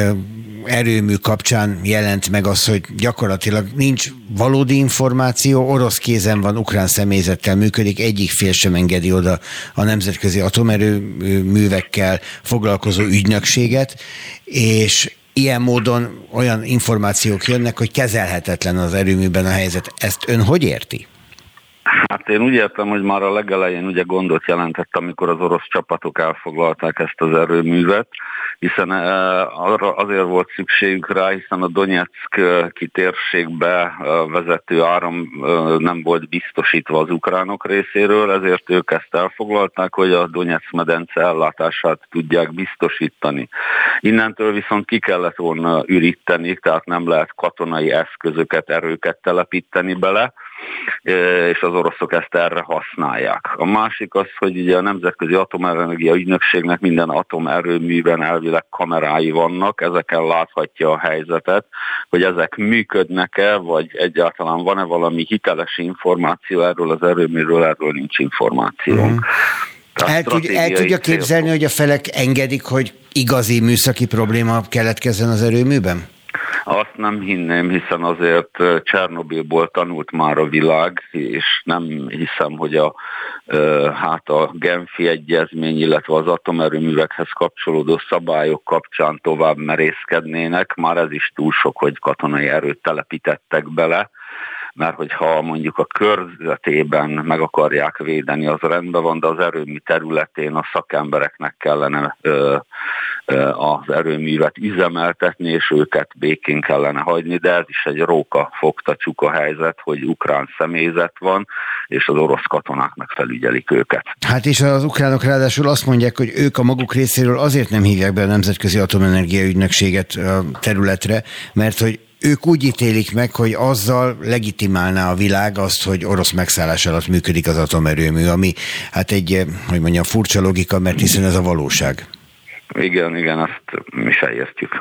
erőmű kapcsán jelent meg az, hogy gyakorlatilag nincs valódi információ, orosz kézen van, ukrán személyzettel működik, egyik fél sem engedi oda a nemzetközi atomerőművekkel foglalkozó ügynökséget, és ilyen módon olyan információk jönnek, hogy kezelhetetlen az erőműben a helyzet. Ezt ön hogy érti? Hát én úgy értem, hogy már a legelején ugye gondot jelentett, amikor az orosz csapatok elfoglalták ezt az erőművet, hiszen arra azért volt szükségük rá, hiszen a Donyeck térségbe vezető áram nem volt biztosítva az ukránok részéről, ezért ők ezt elfoglalták, hogy a Donyeck medence ellátását tudják biztosítani. Innentől viszont ki kellett volna üríteni, tehát nem lehet katonai eszközöket, erőket telepíteni bele, és az oroszok ezt erre használják. A másik az, hogy ugye a Nemzetközi Atomenergia Ügynökségnek minden atomerőműben elvileg kamerái vannak, ezeken láthatja a helyzetet, hogy ezek működnek-e, vagy egyáltalán van-e valami hiteles információ erről az erőműről, erről nincs információnk. Mm. El, tud, el tudja képzelni, hogy a felek engedik, hogy igazi műszaki probléma keletkezzen az erőműben? Azt nem hinném, hiszen azért Csernobilból tanult már a világ, és nem hiszem, hogy a, hát a Genfi egyezmény, illetve az atomerőművekhez kapcsolódó szabályok kapcsán tovább merészkednének. Már ez is túl sok, hogy katonai erőt telepítettek bele. mert hogyha mondjuk a körzetében meg akarják védeni, az rendben van, de az erőmű területén a szakembereknek kellene ö, ö, az erőművet üzemeltetni, és őket békén kellene hagyni, de ez is egy róka fogta csuka helyzet, hogy ukrán személyzet van, és az orosz katonák megfelügyelik őket. Hát és az ukránok ráadásul azt mondják, hogy ők a maguk részéről azért nem hívják be a Nemzetközi Atomenergia Ügynökséget a területre, mert hogy ők úgy ítélik meg, hogy azzal legitimálná a világ azt, hogy orosz megszállás alatt működik az atomerőmű, ami hát egy, hogy mondjam, furcsa logika, mert hiszen ez a valóság. Igen, igen, azt mi se értjük.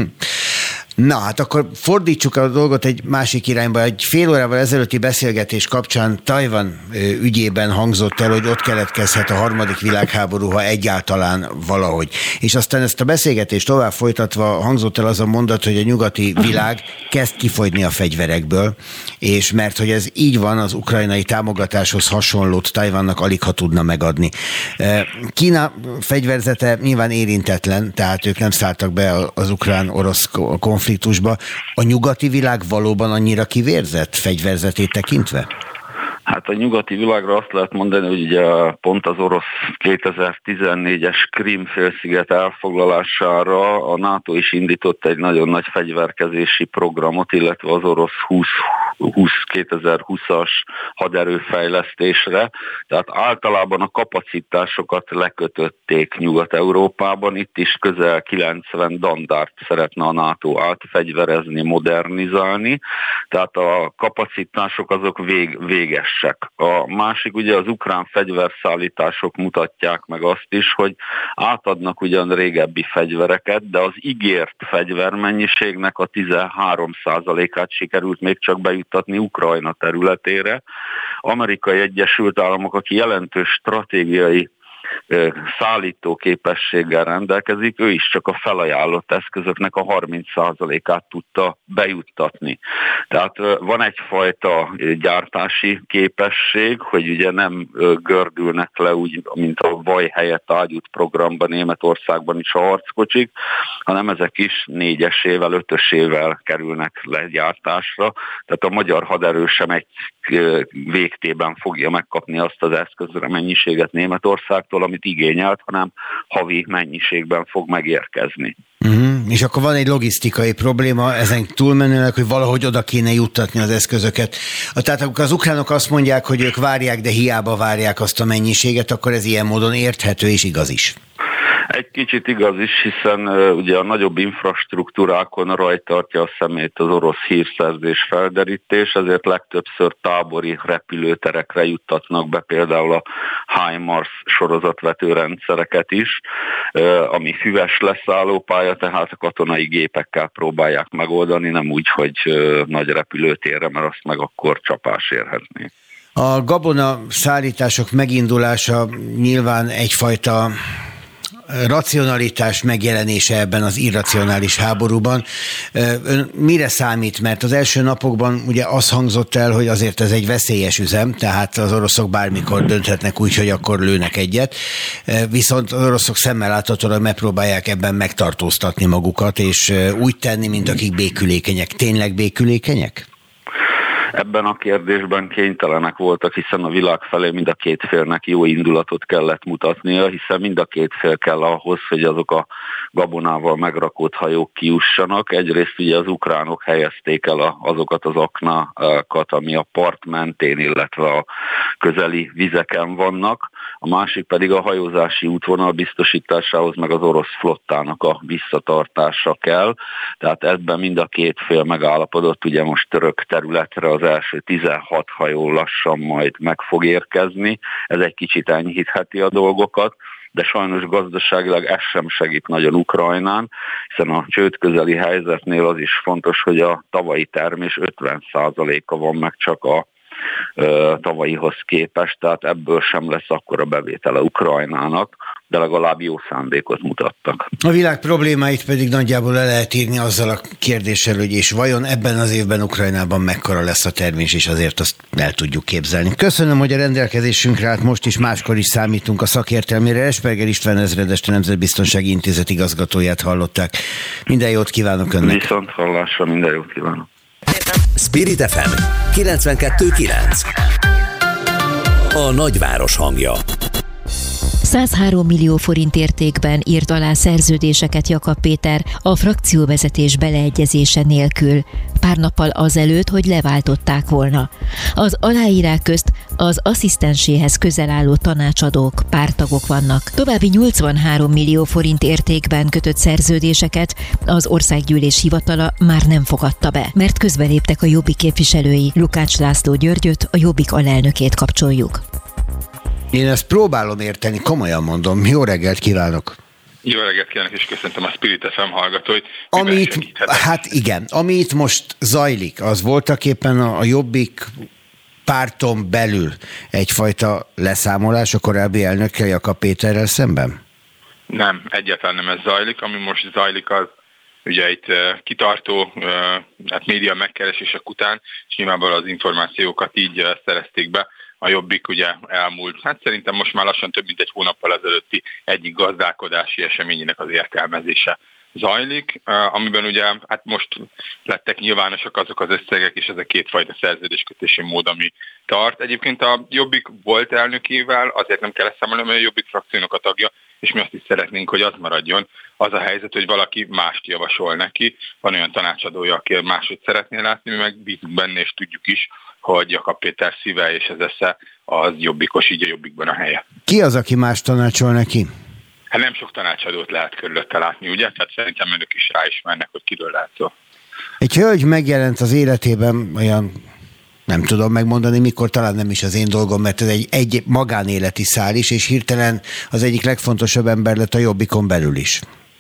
Na, hát akkor fordítsuk a dolgot egy másik irányba. Egy fél órával ezelőtti beszélgetés kapcsán Tajvan ügyében hangzott el, hogy ott keletkezhet a harmadik világháború, ha egyáltalán valahogy. És aztán ezt a beszélgetést tovább folytatva hangzott el az a mondat, hogy a nyugati világ kezd kifogyni a fegyverekből, és mert hogy ez így van, az ukrajnai támogatáshoz hasonlót Tajvannak alig ha tudna megadni. Kína fegyverzete nyilván érintetlen, tehát ők nem szálltak be az ukrán-orosz konfliktusba. A nyugati világ valóban annyira kivérzett fegyverzetét tekintve? Hát a nyugati világra azt lehet mondani, hogy ugye pont az orosz kétezer-tizennégyes Krím-félsziget elfoglalására a NATO is indított egy nagyon nagy fegyverkezési programot, illetve az orosz kétezer-húszas haderőfejlesztésre. Tehát általában a kapacitásokat lekötötték Nyugat-Európában, itt is közel kilencven dandárt szeretne a NATO átfegyverezni, modernizálni, tehát a kapacitások azok vég, véges. A másik ugye az ukrán fegyverszállítások mutatják meg azt is, hogy átadnak ugyan régebbi fegyvereket, de az ígért fegyvermennyiségnek a tizenhárom százalékát sikerült még csak bejuttatni Ukrajna területére. Amerikai Egyesült Államok, aki jelentős stratégiai szállítóképességgel rendelkezik, ő is csak a felajánlott eszközöknek a harminc százalékát tudta bejuttatni. Tehát van egyfajta gyártási képesség, hogy ugye nem gördülnek le úgy, mint a vaj helyett ágyút programban Németországban is a harckocsik, hanem ezek is négyesével, ötösével kerülnek le gyártásra. Tehát a magyar haderő sem egy végtében fogja megkapni azt az eszközre mennyiséget Németországtól, amit igényelt, hanem havi mennyiségben fog megérkezni. Uh-huh. És akkor van egy logisztikai probléma, ezen túlmenőleg, hogy valahogy oda kéne juttatni az eszközöket. Tehát akkor az ukránok azt mondják, hogy ők várják, de hiába várják azt a mennyiséget, akkor ez ilyen módon érthető és igaz is. Egy kicsit igaz is, hiszen uh, ugye a nagyobb infrastruktúrákon rajtartja a szemét az orosz hírszerzés felderítés, ezért legtöbbször tábori repülőterekre juttatnak be például a HIMARS sorozatvetőrendszereket is, uh, ami füves leszállópálya, tehát a katonai gépekkel próbálják megoldani, nem úgy, hogy uh, nagy repülőtérre, mert azt meg akkor csapás érhetné. A gabona szállítások megindulása nyilván egyfajta racionalitás megjelenése ebben az irracionális háborúban. Ön mire számít? Mert az első napokban ugye az hangzott el, hogy azért ez egy veszélyes üzem, tehát az oroszok bármikor dönthetnek úgy, hogy akkor lőnek egyet, viszont az oroszok szemmel láthatóan megpróbálják ebben megtartóztatni magukat, és úgy tenni, mint akik békülékenyek. Tényleg békülékenyek? Ebben a kérdésben kénytelenek voltak, hiszen a világ felé mind a két félnek jó indulatot kellett mutatnia, hiszen mind a két fél kell ahhoz, hogy azok a gabonával megrakott hajók kijussanak. Egyrészt ugye az ukránok helyezték el azokat az aknákat, ami a part mentén, illetve a közeli vizeken vannak. A másik pedig a hajózási útvonal biztosításához meg az orosz flottának a visszatartása kell. Tehát ebben mind a két fél megállapodott, ugye most török területre az első tizenhat hajó lassan majd meg fog érkezni. Ez egy kicsit enyhítheti a dolgokat, de sajnos gazdaságilag ez sem segít nagyon Ukrajnán, hiszen a csődközeli helyzetnél az is fontos, hogy a tavalyi termés ötven százaléka van meg csak a tavalyihoz képest, tehát ebből sem lesz akkora bevétele Ukrajnának, de legalább jó szándékot mutattak. A világ problémáit pedig nagyjából le lehet írni azzal a kérdéssel, hogy és vajon ebben az évben Ukrajnában mekkora lesz a termés, és azért azt el tudjuk képzelni. Köszönöm, hogy a rendelkezésünkre állt, most is máskor is számítunk a szakértelmére. Esperger István ezredest, a Nemzetbiztonsági Intézet igazgatóját hallották. Minden jót kívánok önnek! Viszont hallásra, minden jót kívánok! Spirit ef em kilencvenkettő kilenc. A nagyváros hangja. százhárom millió forint értékben írt alá szerződéseket Jakab Péter a frakcióvezetés beleegyezése nélkül, pár nappal azelőtt, hogy leváltották volna. Az aláírák közt az asszisztenséhez közel álló tanácsadók, párttagok vannak. További nyolcvanhárom millió forint értékben kötött szerződéseket az Országgyűlés hivatala már nem fogadta be, mert közbeléptek a Jobbik képviselői. Lukács László Györgyöt, a Jobbik alelnökét kapcsoljuk. Én ezt próbálom érteni, komolyan mondom. Jó reggelt kívánok! Jó reggelt kívánok, és köszöntöm a Spirit ef em hallgatóit. Amit, hát igen, ami itt most zajlik, az voltaképpen a, a Jobbik párton belül egyfajta leszámolás a korábbi elnökkel, Jakab Péterrel szemben? Nem, egyáltalán nem ez zajlik. Ami most zajlik, az ugye itt uh, kitartó uh, hát média megkeresések után, és nyilvánvalóan az információkat így uh, szerezték be. A Jobbik ugye elmúlt, hát szerintem most már lassan több mint egy hónappal ezelőtti egyik gazdálkodási eseményének az értelmezése zajlik, amiben ugye hát most lettek nyilvánosak azok az összegek és ez a kétfajta szerződéskötési mód, ami tart. Egyébként a Jobbik volt elnökével, azért nem kell ezt számolni, mert a Jobbik frakciónak a tagja, és mi azt is szeretnénk, hogy az maradjon. Az a helyzet, hogy valaki mást javasol neki, van olyan tanácsadója, aki máshogy szeretné látni, mi meg bízunk benne, és tudjuk is, hogy Jakab Péter szíve és az esze az jobbikos, így a Jobbikban a helye. Ki az, aki más tanácsol neki? Hát nem sok tanácsadót lehet körülötte látni, ugye? Tehát szerintem önök is ráismernek, hogy kiről lehet szó. Egy hölgy megjelent az életében olyan, nem tudom megmondani mikor, talán nem is az én dolgom, mert ez egy, egy magánéleti szál is, és hirtelen az egyik legfontosabb ember lett a Jobbikon belül is.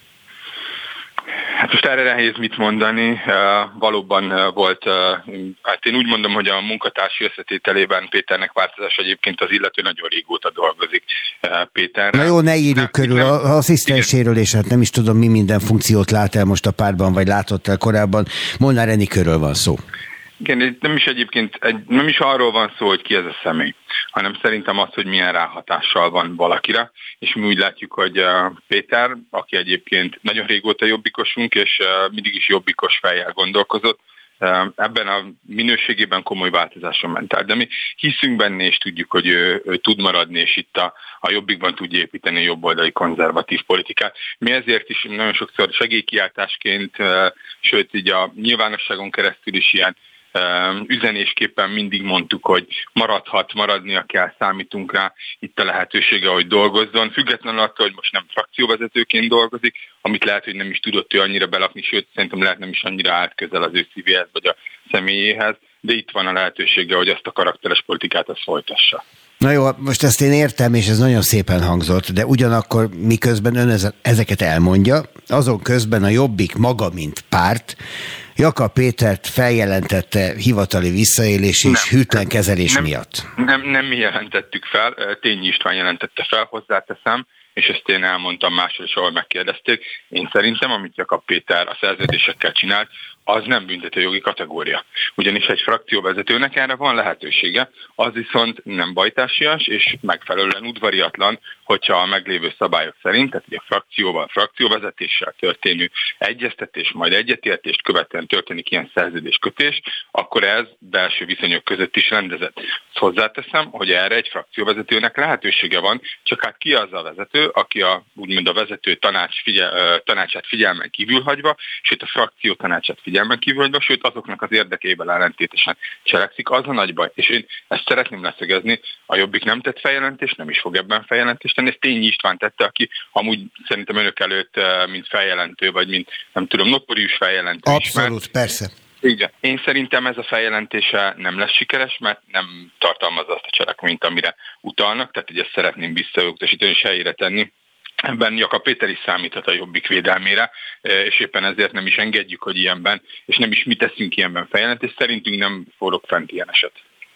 Hát most erre nehéz mit mondani, uh, valóban uh, volt, uh, hát én úgy mondom, hogy a munkatársi összetételében Péternek változás, egyébként az illető nagyon régóta dolgozik uh, Péter. Na jó, ne írjuk nem, körül, nem, az asszisztenséről, és hát nem is tudom, mi minden funkciót lát el most a pártban, vagy látott el korábban. Molnár Enikőről van szó. Igen, nem is egyébként, nem is arról van szó, hogy ki ez a személy, hanem szerintem az, hogy milyen ráhatással van valakire, és mi úgy látjuk, hogy Péter, aki egyébként nagyon régóta jobbikosunk, és mindig is jobbikos fejjel gondolkozott, ebben a minőségében komoly változáson ment el. De mi hiszünk benne, és tudjuk, hogy ő, ő tud maradni, és itt a, a Jobbikban tudja építeni a jobboldali konzervatív politikát. Mi ezért is nagyon sokszor segélykiáltásként, sőt így a nyilvánosságon keresztül is ilyen üzenésképpen mindig mondtuk, hogy maradhat, maradnia kell, számítunk rá, itt a lehetősége, hogy dolgozzon, függetlenül attól, hogy most nem frakcióvezetőként dolgozik, amit lehet, hogy nem is tudott ő annyira belakni, sőt, szerintem lehet nem is annyira állt közel az ő szívéhez vagy a személyéhez, de itt van a lehetősége, hogy azt a karakteres politikát azt folytassa. Na jó, most ezt én értem, és ez nagyon szépen hangzott, de ugyanakkor miközben ön ezeket elmondja, azon közben a Jobbik maga, mint párt, Jakab Pétert feljelentette hivatali visszaélés és nem, hűtlen kezelés nem, miatt. Nem, nem mi jelentettük fel, Tényi István jelentette fel, hozzáteszem, és ezt én elmondtam máshol is, ahol megkérdezték. Én szerintem, amit Jakab Péter a szerződésekkel csinált, az nem büntetőjogi kategória. Ugyanis egy frakcióvezetőnek erre van lehetősége, az viszont nem bajtársias és megfelelően udvariatlan, hogyha a meglévő szabályok szerint, tehát a frakcióval, frakcióvezetéssel történő egyeztetés, majd egyetértést követően történik ilyen szerződéskötés, akkor ez belső viszonyok között is rendezett. Ezt hozzáteszem, hogy erre egy frakcióvezetőnek lehetősége van, csak hát ki az a vezető, aki a, úgymond a vezető tanács figyel, tanácsát figyelmen kívül hagyva, sőt a frakció tanácsát figyelmen kívül hagyva, sőt azoknak az érdekében ellentétesen cselekszik, az a nagy baj. És én ezt szeretném leszögezni, a Jobbik nem tett feljelentést, nem is fog ebben feljelentést tenni, ezt Tényi István tette, aki amúgy szerintem önök előtt, mint feljelentő, vagy mint nem tudom, notorius feljelentő. Abszolút, ismert. Persze. Igen. Én szerintem ez a feljelentése nem lesz sikeres, mert nem tartalmazza azt a cselekményt, amire utalnak, tehát így ezt szeretném visszautasítani és helyére tenni. Ebben Jakab Péter is számíthat a Jobbik védelmére, és éppen ezért nem is engedjük, hogy ilyenben, és nem is mi teszünk ilyenben feljelentést, szerintünk nem forog fent ilyen eset.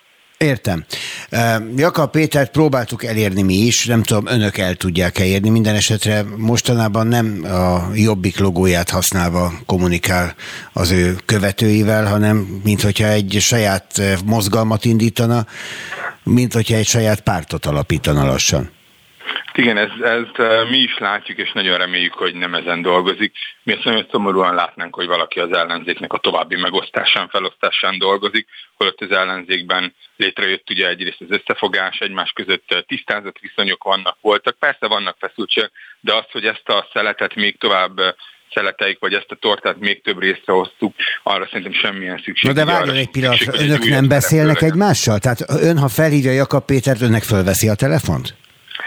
Értem. Jakab Pétert próbáltuk elérni mi is, nem tudom, önök el tudják elérni, minden esetre mostanában nem a Jobbik logóját használva kommunikál az ő követőivel, hanem minthogyha egy saját mozgalmat indítana, minthogyha egy saját pártot alapítana lassan. Igen, ezt, ezt mi is látjuk, és nagyon reméljük, hogy nem ezen dolgozik. Mi azt nagyon szomorúan látnánk, hogy valaki az ellenzéknek a további megosztásán, felosztásán dolgozik, holott az ellenzékben létrejött ugye egyrészt az összefogás, egymás között tisztázott viszonyok vannak, voltak. Persze vannak feszültségek, de az, hogy ezt a szeletet még tovább szeleteik, vagy ezt a tortát még több részre hoztuk, arra szerintem semmilyen szükség. Na de várjon egy pillanatra, önök egy nem beszélnek egymással? Tehát ön, ha felhívja Jakab Pétert, önnek fölveszi a telefont?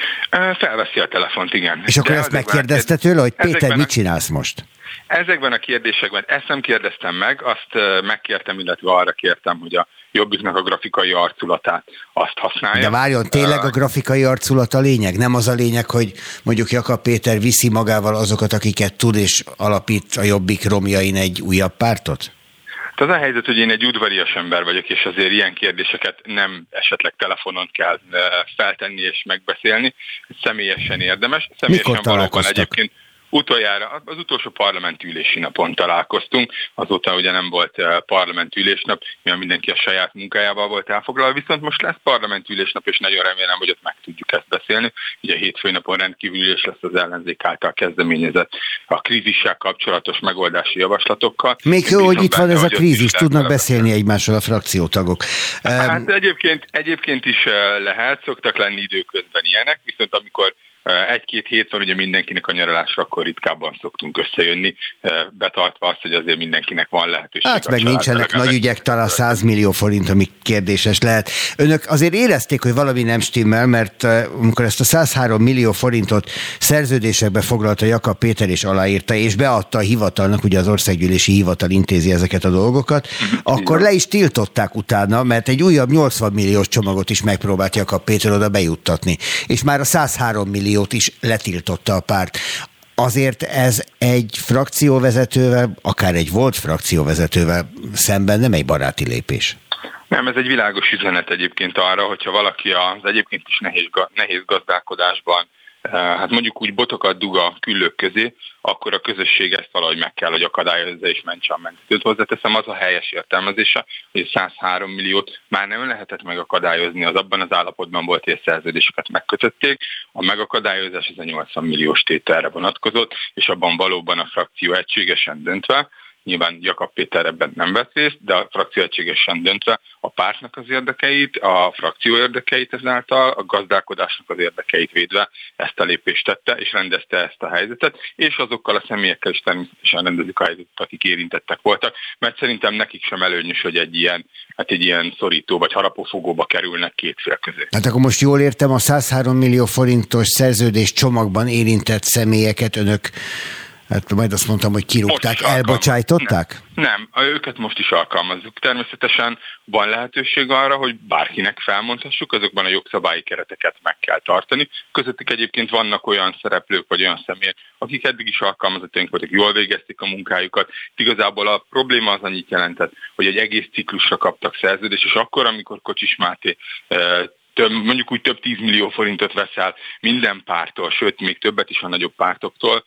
Felveszi a telefont, igen. És akkor de ezt megkérdezte tőle, hogy Péter, mit csinálsz most? Ezekben a kérdésekben ezt nem kérdeztem meg, azt megkértem, illetve arra kértem, hogy a Jobbiknak a grafikai arculatát azt használja. De várjon, tényleg a grafikai arculat a lényeg? Nem az a lényeg, hogy mondjuk Jakab Péter viszi magával azokat, akiket tud, és alapít a Jobbik romjain egy újabb pártot? Az a helyzet, hogy én egy udvarias ember vagyok, és azért ilyen kérdéseket nem esetleg telefonon kell feltenni és megbeszélni. Személyesen érdemes. Személyesen Mikor találkoztak? Egyébként utoljára, az utolsó parlamentülési napon találkoztunk, azóta ugye nem volt parlamentülésnap, mivel mindenki a saját munkájával volt elfoglalva, viszont most lesz parlamentülésnap, és nagyon remélem, hogy ott meg tudjuk ezt beszélni. Ugye hétfői napon rendkívül ülés lesz az ellenzék által kezdeményezett a krízissel kapcsolatos megoldási javaslatokkal. Még jó, hogy itt van ez a krízis, tudnak beszélni egymással a frakciótagok. Hát egyébként, egyébként is lehet, szoktak lenni időközben ilyenek, viszont amikor egy-két hét van ugye mindenkinek a nyaralásra, akkor ritkábban szoktunk összejönni, betartva azt, hogy azért mindenkinek van lehetőség. Hát meg nincsenek nagy ügyek, talán száz millió forint, ami kérdéses lehet. Önök azért érezték, hogy valami nem stimmel, mert amikor ezt a százhárom millió forintot szerződésekbe foglalta Jakab Péter és aláírta, és beadta a hivatalnak, ugye az Országgyűlési Hivatal intézi ezeket a dolgokat, akkor le is tiltották utána, mert egy újabb nyolcvan milliós csomagot is megpróbált Jakab Péter oda bejuttatni. És már a százhárom millió is letiltotta a párt. Azért ez egy frakcióvezetővel, akár egy volt frakcióvezetővel szemben nem egy baráti lépés. Nem, ez egy világos üzenet egyébként arra, hogyha valaki az egyébként is nehéz, nehéz gazdálkodásban hát mondjuk úgy botokat dug a küllők közé, akkor a közösség ezt valahogy meg kell, hogy akadályozza és mentse a mentőt. Hozzáteszem, az a helyes értelmezése, hogy százhárom milliót már nem lehetett megakadályozni, az abban az állapotban volt, hogy a szerződéseket megkötötték. A megakadályozás ez a nyolcvan milliós tételre vonatkozott, és abban valóban a frakció egységesen döntve, nyilván Jakab Péter ebben nem vett részt, de a frakció egységesen döntve a pártnak az érdekeit, a frakció érdekeit ezáltal, a gazdálkodásnak az érdekeit védve ezt a lépést tette, és rendezte ezt a helyzetet, és azokkal a személyekkel is természetesen rendezik a helyzetet, akik érintettek voltak, mert szerintem nekik sem előnyös, hogy egy ilyen, hát egy ilyen szorító vagy harapófogóba kerülnek két fél közé. Hát akkor most jól értem, a százhárom millió forintos szerződés csomagban érintett személyeket önök, hát majd azt mondtam, hogy kirúgták, elbocsájtották? Nem, nem, őket most is alkalmazzuk. Természetesen van lehetőség arra, hogy bárkinek felmondhassuk, azokban a jogszabályi kereteket meg kell tartani. Közöttük egyébként vannak olyan szereplők, vagy olyan személyek, akik eddig is alkalmazottaink voltak, jól végezték a munkájukat. Igazából a probléma az annyit jelentett, hogy egy egész ciklusra kaptak szerződést, és akkor, amikor Kocsis Máté több, mondjuk úgy több tízmillió forintot vesz el minden pártól, sőt, még többet is a nagyobb pártoktól,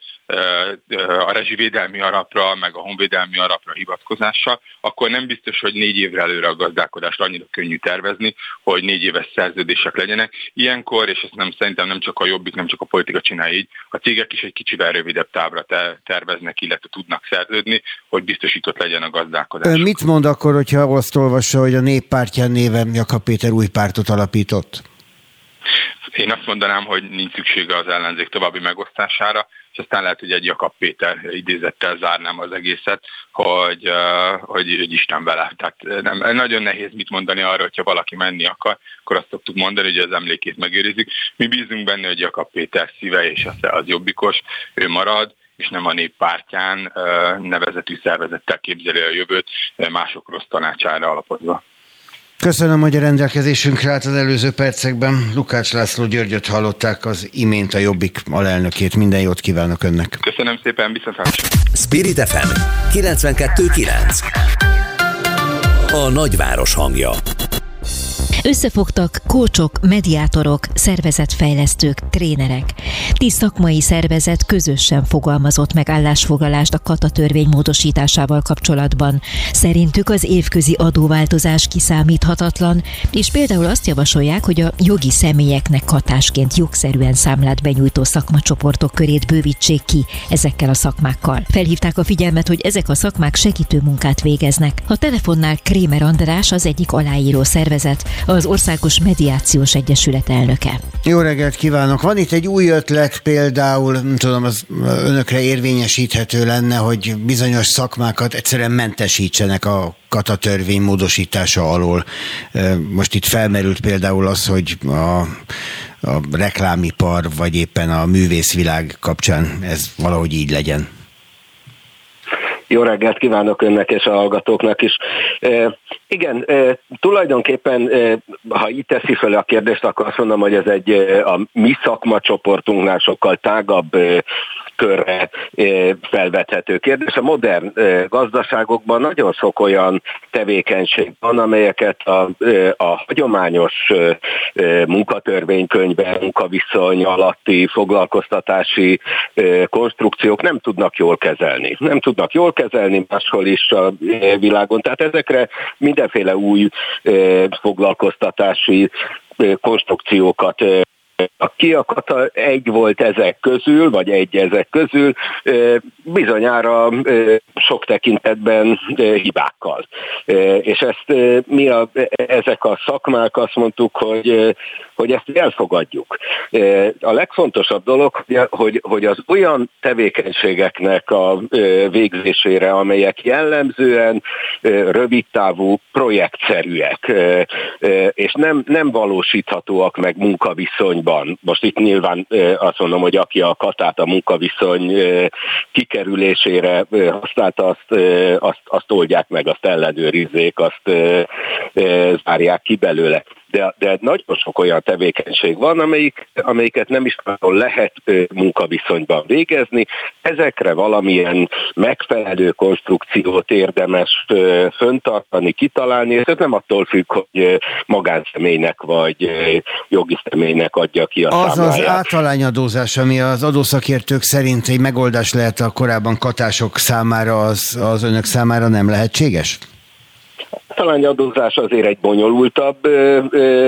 a rezsivédelmi alapra, meg a honvédelmi alapra hivatkozással, akkor nem biztos, hogy négy évre előre a gazdálkodást annyira könnyű tervezni, hogy négy éves szerződések legyenek. Ilyenkor, és ezt nem szerintem nem csak a Jobbik, nem csak a politika csinálja így, a cégek is egy kicsivel rövidebb távra terveznek, illetve tudnak szerződni, hogy biztosított legyen a gazdálkodás. Ön mit mond akkor, hogyha azt olvassa, hogy a Néppártján néven Jakab Péter új pártot alapított? Én azt mondanám, hogy nincs szüksége az ellenzék további megosztására, és aztán lehet, hogy egy Jakab Péter idézettel zárnám az egészet, hogy, uh, hogy, hogy Isten vele. Tehát nem, nagyon nehéz mit mondani arra, hogyha valaki menni akar, akkor azt szoktuk mondani, hogy az emlékét megőrizik. Mi bízunk benne, hogy Jakab Péter szíve és az, az jobbikos, ő marad, és nem a Néppártján uh, nevezetű szervezettel képzeli a jövőt, mások rossz tanácsára alapozva. Köszönöm, hogy a rendelkezésünkre állt az előző percekben. Lukács László Györgyöt hallották, az imént a Jobbik alelnökét. Minden jót kívánok önnek. Köszönöm szépen, viszontlátásra. Spirit ef em kilencvenkettő kilenc. A nagyváros hangja. Összefogtak kócsok, mediátorok, szervezetfejlesztők, trénerek. Tíz szakmai szervezet közösen fogalmazott meg állásfoglalást a kata törvény módosításával kapcsolatban. Szerintük az évközi adóváltozás kiszámíthatatlan, és például azt javasolják, hogy a jogi személyeknek hatásként jogszerűen számlát benyújtó szakmacsoportok körét bővítsék ki ezekkel a szakmákkal. Felhívták a figyelmet, hogy ezek a szakmák segítő munkát végeznek. A telefonnál Krémer András, az egyik aláíró szervezet, az Országos Mediációs Egyesület elnöke. Jó reggelt kívánok! Van itt egy új ötlet, például, nem tudom, az önökre érvényesíthető lenne, hogy bizonyos szakmákat egyszerűen mentesítsenek a kata törvény módosítása alól. Most itt felmerült például az, hogy a, a reklámipar, vagy éppen a művészvilág kapcsán ez valahogy így legyen. Jó reggelt kívánok önnek és a hallgatóknak is. E, igen, e, tulajdonképpen, e, ha így teszi fel a kérdést, akkor azt mondom, hogy ez egy a mi szakmacsoportunknál sokkal tágabb e, körre felvethető kérdés. A modern gazdaságokban nagyon sok olyan tevékenység van, amelyeket a, a hagyományos munkatörvénykönyvben, munkaviszony alatti foglalkoztatási konstrukciók nem tudnak jól kezelni. Nem tudnak jól kezelni máshol is a világon. Tehát ezekre mindenféle új foglalkoztatási konstrukciókat ki a kata egy volt ezek közül, vagy egy ezek közül, bizonyára sok tekintetben hibákkal. És ezt mi a, ezek a szakmák azt mondtuk, hogy, hogy ezt elfogadjuk. A legfontosabb dolog, hogy, hogy az olyan tevékenységeknek a végzésére, amelyek jellemzően rövidtávú projektszerűek, és nem, nem valósíthatóak meg munkaviszonyban. Most itt nyilván azt mondom, hogy aki a katát a munkaviszony kikerülésére használta, azt, azt, azt oldják meg, azt ellenőrizzék, azt zárják ki belőle. De, de nagyon sok olyan tevékenység van, amelyik, amelyiket nem is lehet munkaviszonyban végezni. Ezekre valamilyen megfelelő konstrukciót érdemes föntartani, kitalálni, és ez nem attól függ, hogy magánszemélynek vagy jogi személynek adja ki a az számláját. Az általányadózás, ami az adószakértők szerint egy megoldás lehet a korábban katások számára, az, az önök számára nem lehetséges? Általányadózás azért egy bonyolultabb ö, ö,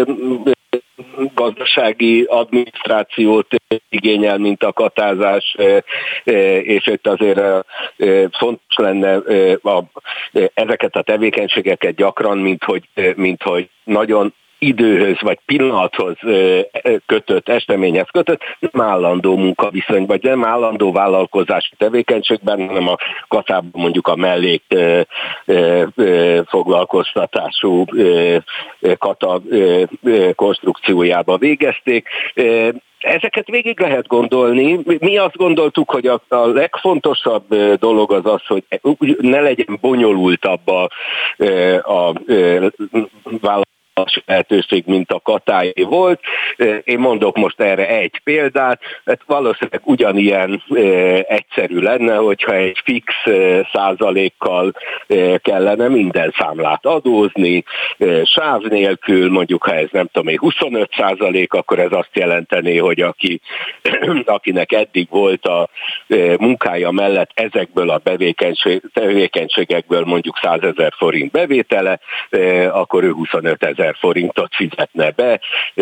gazdasági adminisztrációt igényel, mint a katázás, és itt azért fontos lenne ezeket a tevékenységeket gyakran, mint hogy, mint hogy nagyon időhöz vagy pillanathoz kötött, eseményhez kötött, nem állandó munkaviszony, vagy nem állandó vállalkozási tevékenységben, hanem a katában mondjuk a mellék foglalkoztatású kata konstrukciójába végezték. Ezeket végig lehet gondolni. Mi azt gondoltuk, hogy a, a legfontosabb dolog az az, hogy ne legyen bonyolultabb a, a, a vállalat lehetőség, mint a katáé volt. Én mondok most erre egy példát, mert valószínűleg ugyanilyen egyszerű lenne, hogyha egy fix százalékkal kellene minden számlát adózni, sáv nélkül, mondjuk ha ez nem tudom én huszonöt százalék, akkor ez azt jelenteni, hogy aki, akinek eddig volt a munkája mellett ezekből a tevékenységekből mondjuk százezer forint bevétele, akkor ő huszonötezer forintot fizetne be,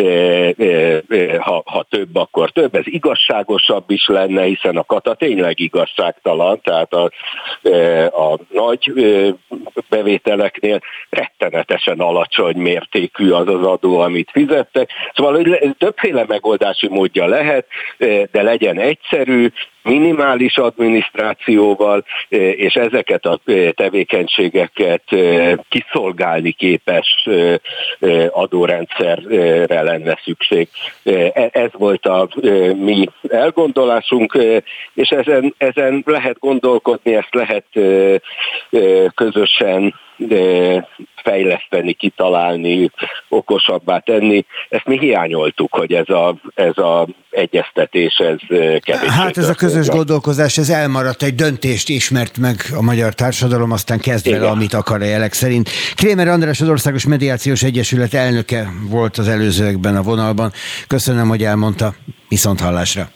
ha, ha több, akkor több. Ez igazságosabb is lenne, hiszen a kata tényleg igazságtalan, tehát a, a nagy bevételeknél rettenetesen alacsony mértékű az az adó, amit fizettek. Szóval többféle megoldási módja lehet, de legyen egyszerű, minimális adminisztrációval, és ezeket a tevékenységeket kiszolgálni képes adórendszerre lenne szükség. Ez volt a mi elgondolásunk, és ezen, ezen lehet gondolkodni, ezt lehet közösen fejleszteni, kitalálni, okosabbá tenni. Ezt mi hiányoltuk, hogy ez a, ez a egyeztetés, ez kevés. Hát ez a közös gondolkozás, ez elmaradt, egy döntést ismert meg a magyar társadalom, aztán kezd vele, amit akar a jelek szerint. Krémer András, az Országos Mediációs Egyesület elnöke volt az előzőekben a vonalban. Köszönöm, hogy elmondta. Viszonthallásra.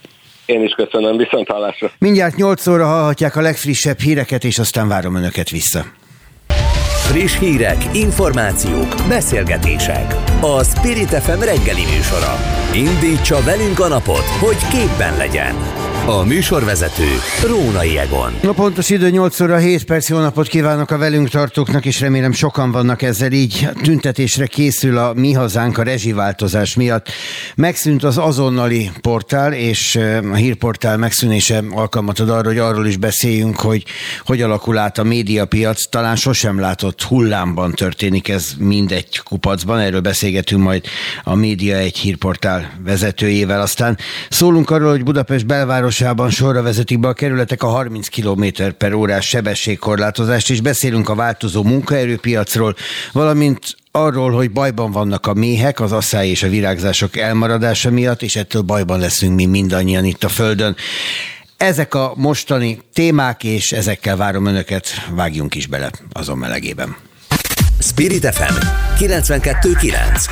Én is köszönöm, viszonthallásra. Mindjárt nyolc óra hallhatják a legfrissebb híreket, és aztán várom önöket vissza. Friss hírek, információk, beszélgetések. A Spirit ef em reggeli műsora. Indítsa velünk a napot, hogy képben legyen. A műsorvezető Rónai Egon. A pontos idő nyolc óra hét perc, jó napot kívánok a velünk tartóknak, és remélem sokan vannak ezzel így. Tüntetésre készül a Mi Hazánk a rezsiváltozás miatt. Megszűnt az azonnali portál, és a hírportál megszűnése alkalmat ad arra, hogy arról is beszéljünk, hogy hogy alakul át a médiapiac. Talán sosem látott hullámban történik ez mindegy kupacban. Erről beszélgetünk majd a Média egy hírportál vezetőjével. Aztán szólunk arról, hogy Budapest belváros sorra vezetik be a kerületek a harminc kilométer per órás sebességkorlátozást, és beszélünk a változó munkaerőpiacról, valamint arról, hogy bajban vannak a méhek, az asszály és a virágzások elmaradása miatt, és ettől bajban leszünk mi mindannyian itt a Földön. Ezek a mostani témák, és ezekkel várom önöket, vágjunk is bele azon melegében. Spirit ef em kilencvenkettő kilenc.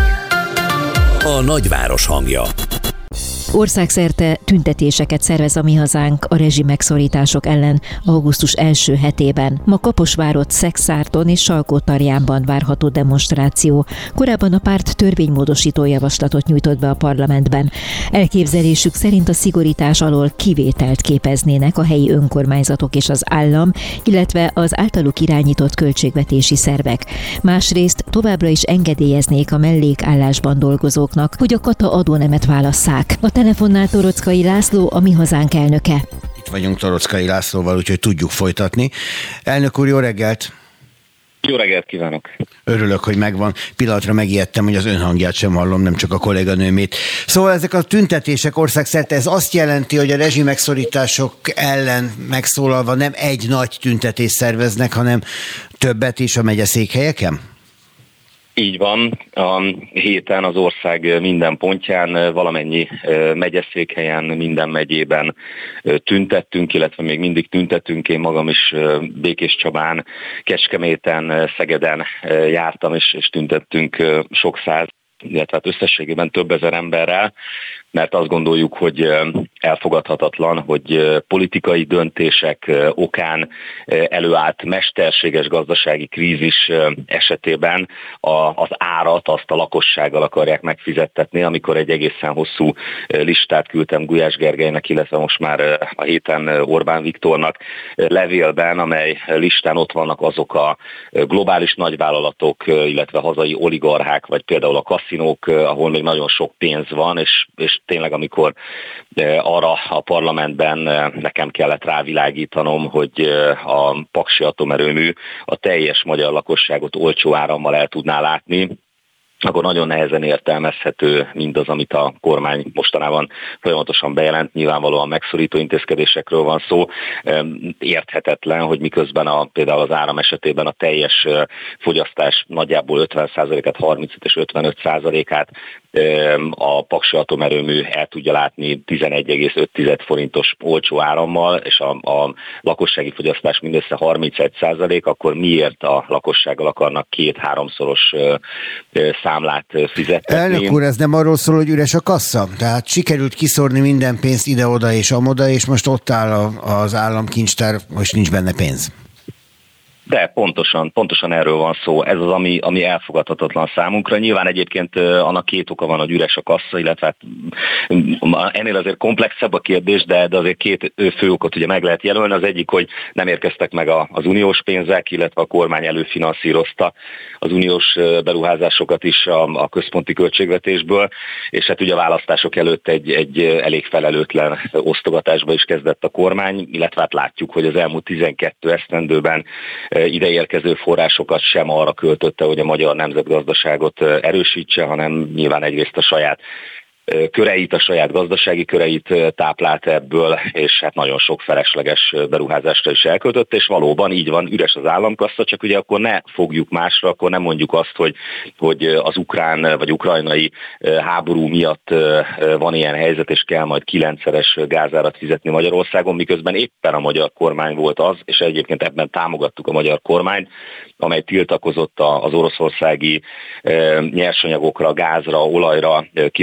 A nagyváros hangja. Országszerte tüntetéseket szervez a Mi Hazánk a rezsimegszorítások ellen augusztus első hetében. Ma Kaposvárott, Szekszárton és Salgótarjánban várható demonstráció. Korábban a párt törvénymódosító javaslatot nyújtott be a parlamentben. Elképzelésük szerint a szigorítás alól kivételt képeznének a helyi önkormányzatok és az állam, illetve az általuk irányított költségvetési szervek. Másrészt továbbra is engedélyeznék a mellékállásban dolgozóknak, hogy a kata adónemet válasszák. A telefonnál Torockai László, a Mi Hazánk elnöke. Itt vagyunk Torockai Lászlóval, úgyhogy tudjuk folytatni. Elnök úr, jó reggelt! Jó reggelt kívánok! Örülök, hogy megvan. Pillanatra megijedtem, hogy az ön hangját sem hallom, nem csak a kolléganőmét. Szóval ezek a tüntetések országszerte, ez azt jelenti, hogy a rezsimegszorítások ellen megszólalva nem egy nagy tüntetést szerveznek, hanem többet is a megyeszékhelyeken? Így van, a héten az ország minden pontján, valamennyi megyeszékhelyen, minden megyében tüntettünk, illetve még mindig tüntetünk. Én magam is Békéscsabán, Kecskeméten, Szegeden jártam, és, és tüntettünk sok száz, illetve hát összességében több ezer emberrel, mert azt gondoljuk, hogy elfogadhatatlan, hogy politikai döntések okán előállt mesterséges gazdasági krízis esetében az árat azt a lakossággal akarják megfizettetni, amikor egy egészen hosszú listát küldtem Gulyás Gergelynek, illetve most már a héten Orbán Viktornak levélben, amely listán ott vannak azok a globális nagyvállalatok, illetve hazai oligarchák, vagy például a kaszinók, ahol még nagyon sok pénz van, és, és tényleg amikor arra a parlamentben nekem kellett rávilágítanom, hogy a paksi atomerőmű a teljes magyar lakosságot olcsó árammal el tudná látni, akkor nagyon nehezen értelmezhető mindaz, amit a kormány mostanában folyamatosan bejelent. Nyilvánvalóan megszorító intézkedésekről van szó. Érthetetlen, hogy miközben a, például az áram esetében a teljes fogyasztás nagyjából ötven százalékát, harmincöt és ötvenöt százalékát a paksi atomerőmű el tudja látni tizenegy egész öt forintos olcsó árammal, és a, a lakossági fogyasztás mindössze harmincegy százalék, akkor miért a lakossággal akarnak két-háromszoros számlát fizetni? Elnök úr, ez nem arról szól, hogy üres a kassa? Tehát sikerült kiszórni minden pénzt ide-oda és amoda, és most ott áll az államkincstár, most nincs benne pénz. De pontosan, pontosan erről van szó. Ez az, ami, ami elfogadhatatlan számunkra. Nyilván egyébként annak két oka van, hogy üres a kassa, illetve hát ennél azért komplexebb a kérdés, de, de azért két fő okot ugye meg lehet jelölni. Az egyik, hogy nem érkeztek meg a, az uniós pénzek, illetve a kormány előfinanszírozta az uniós beruházásokat is a, a központi költségvetésből, és hát ugye a választások előtt egy, egy elég felelőtlen osztogatásba is kezdett a kormány, illetve hát látjuk, hogy az elmúlt tizenkettő esztendőben ideérkező forrásokat sem arra költötte, hogy a magyar nemzetgazdaságot erősítse, hanem nyilván egyrészt a saját köreit, a saját gazdasági köreit táplált ebből, és hát nagyon sok felesleges beruházásra is elköltött, és valóban így van, üres az államkassa, csak ugye akkor ne fogjuk másra, akkor nem mondjuk azt, hogy, hogy az ukrán vagy ukrajnai háború miatt van ilyen helyzet, és kell majd kilencszeres gázárat fizetni Magyarországon, miközben éppen a magyar kormány volt az, és egyébként ebben támogattuk a magyar kormányt, amely tiltakozott az oroszországi nyersanyagokra, gázra, olajra kivetett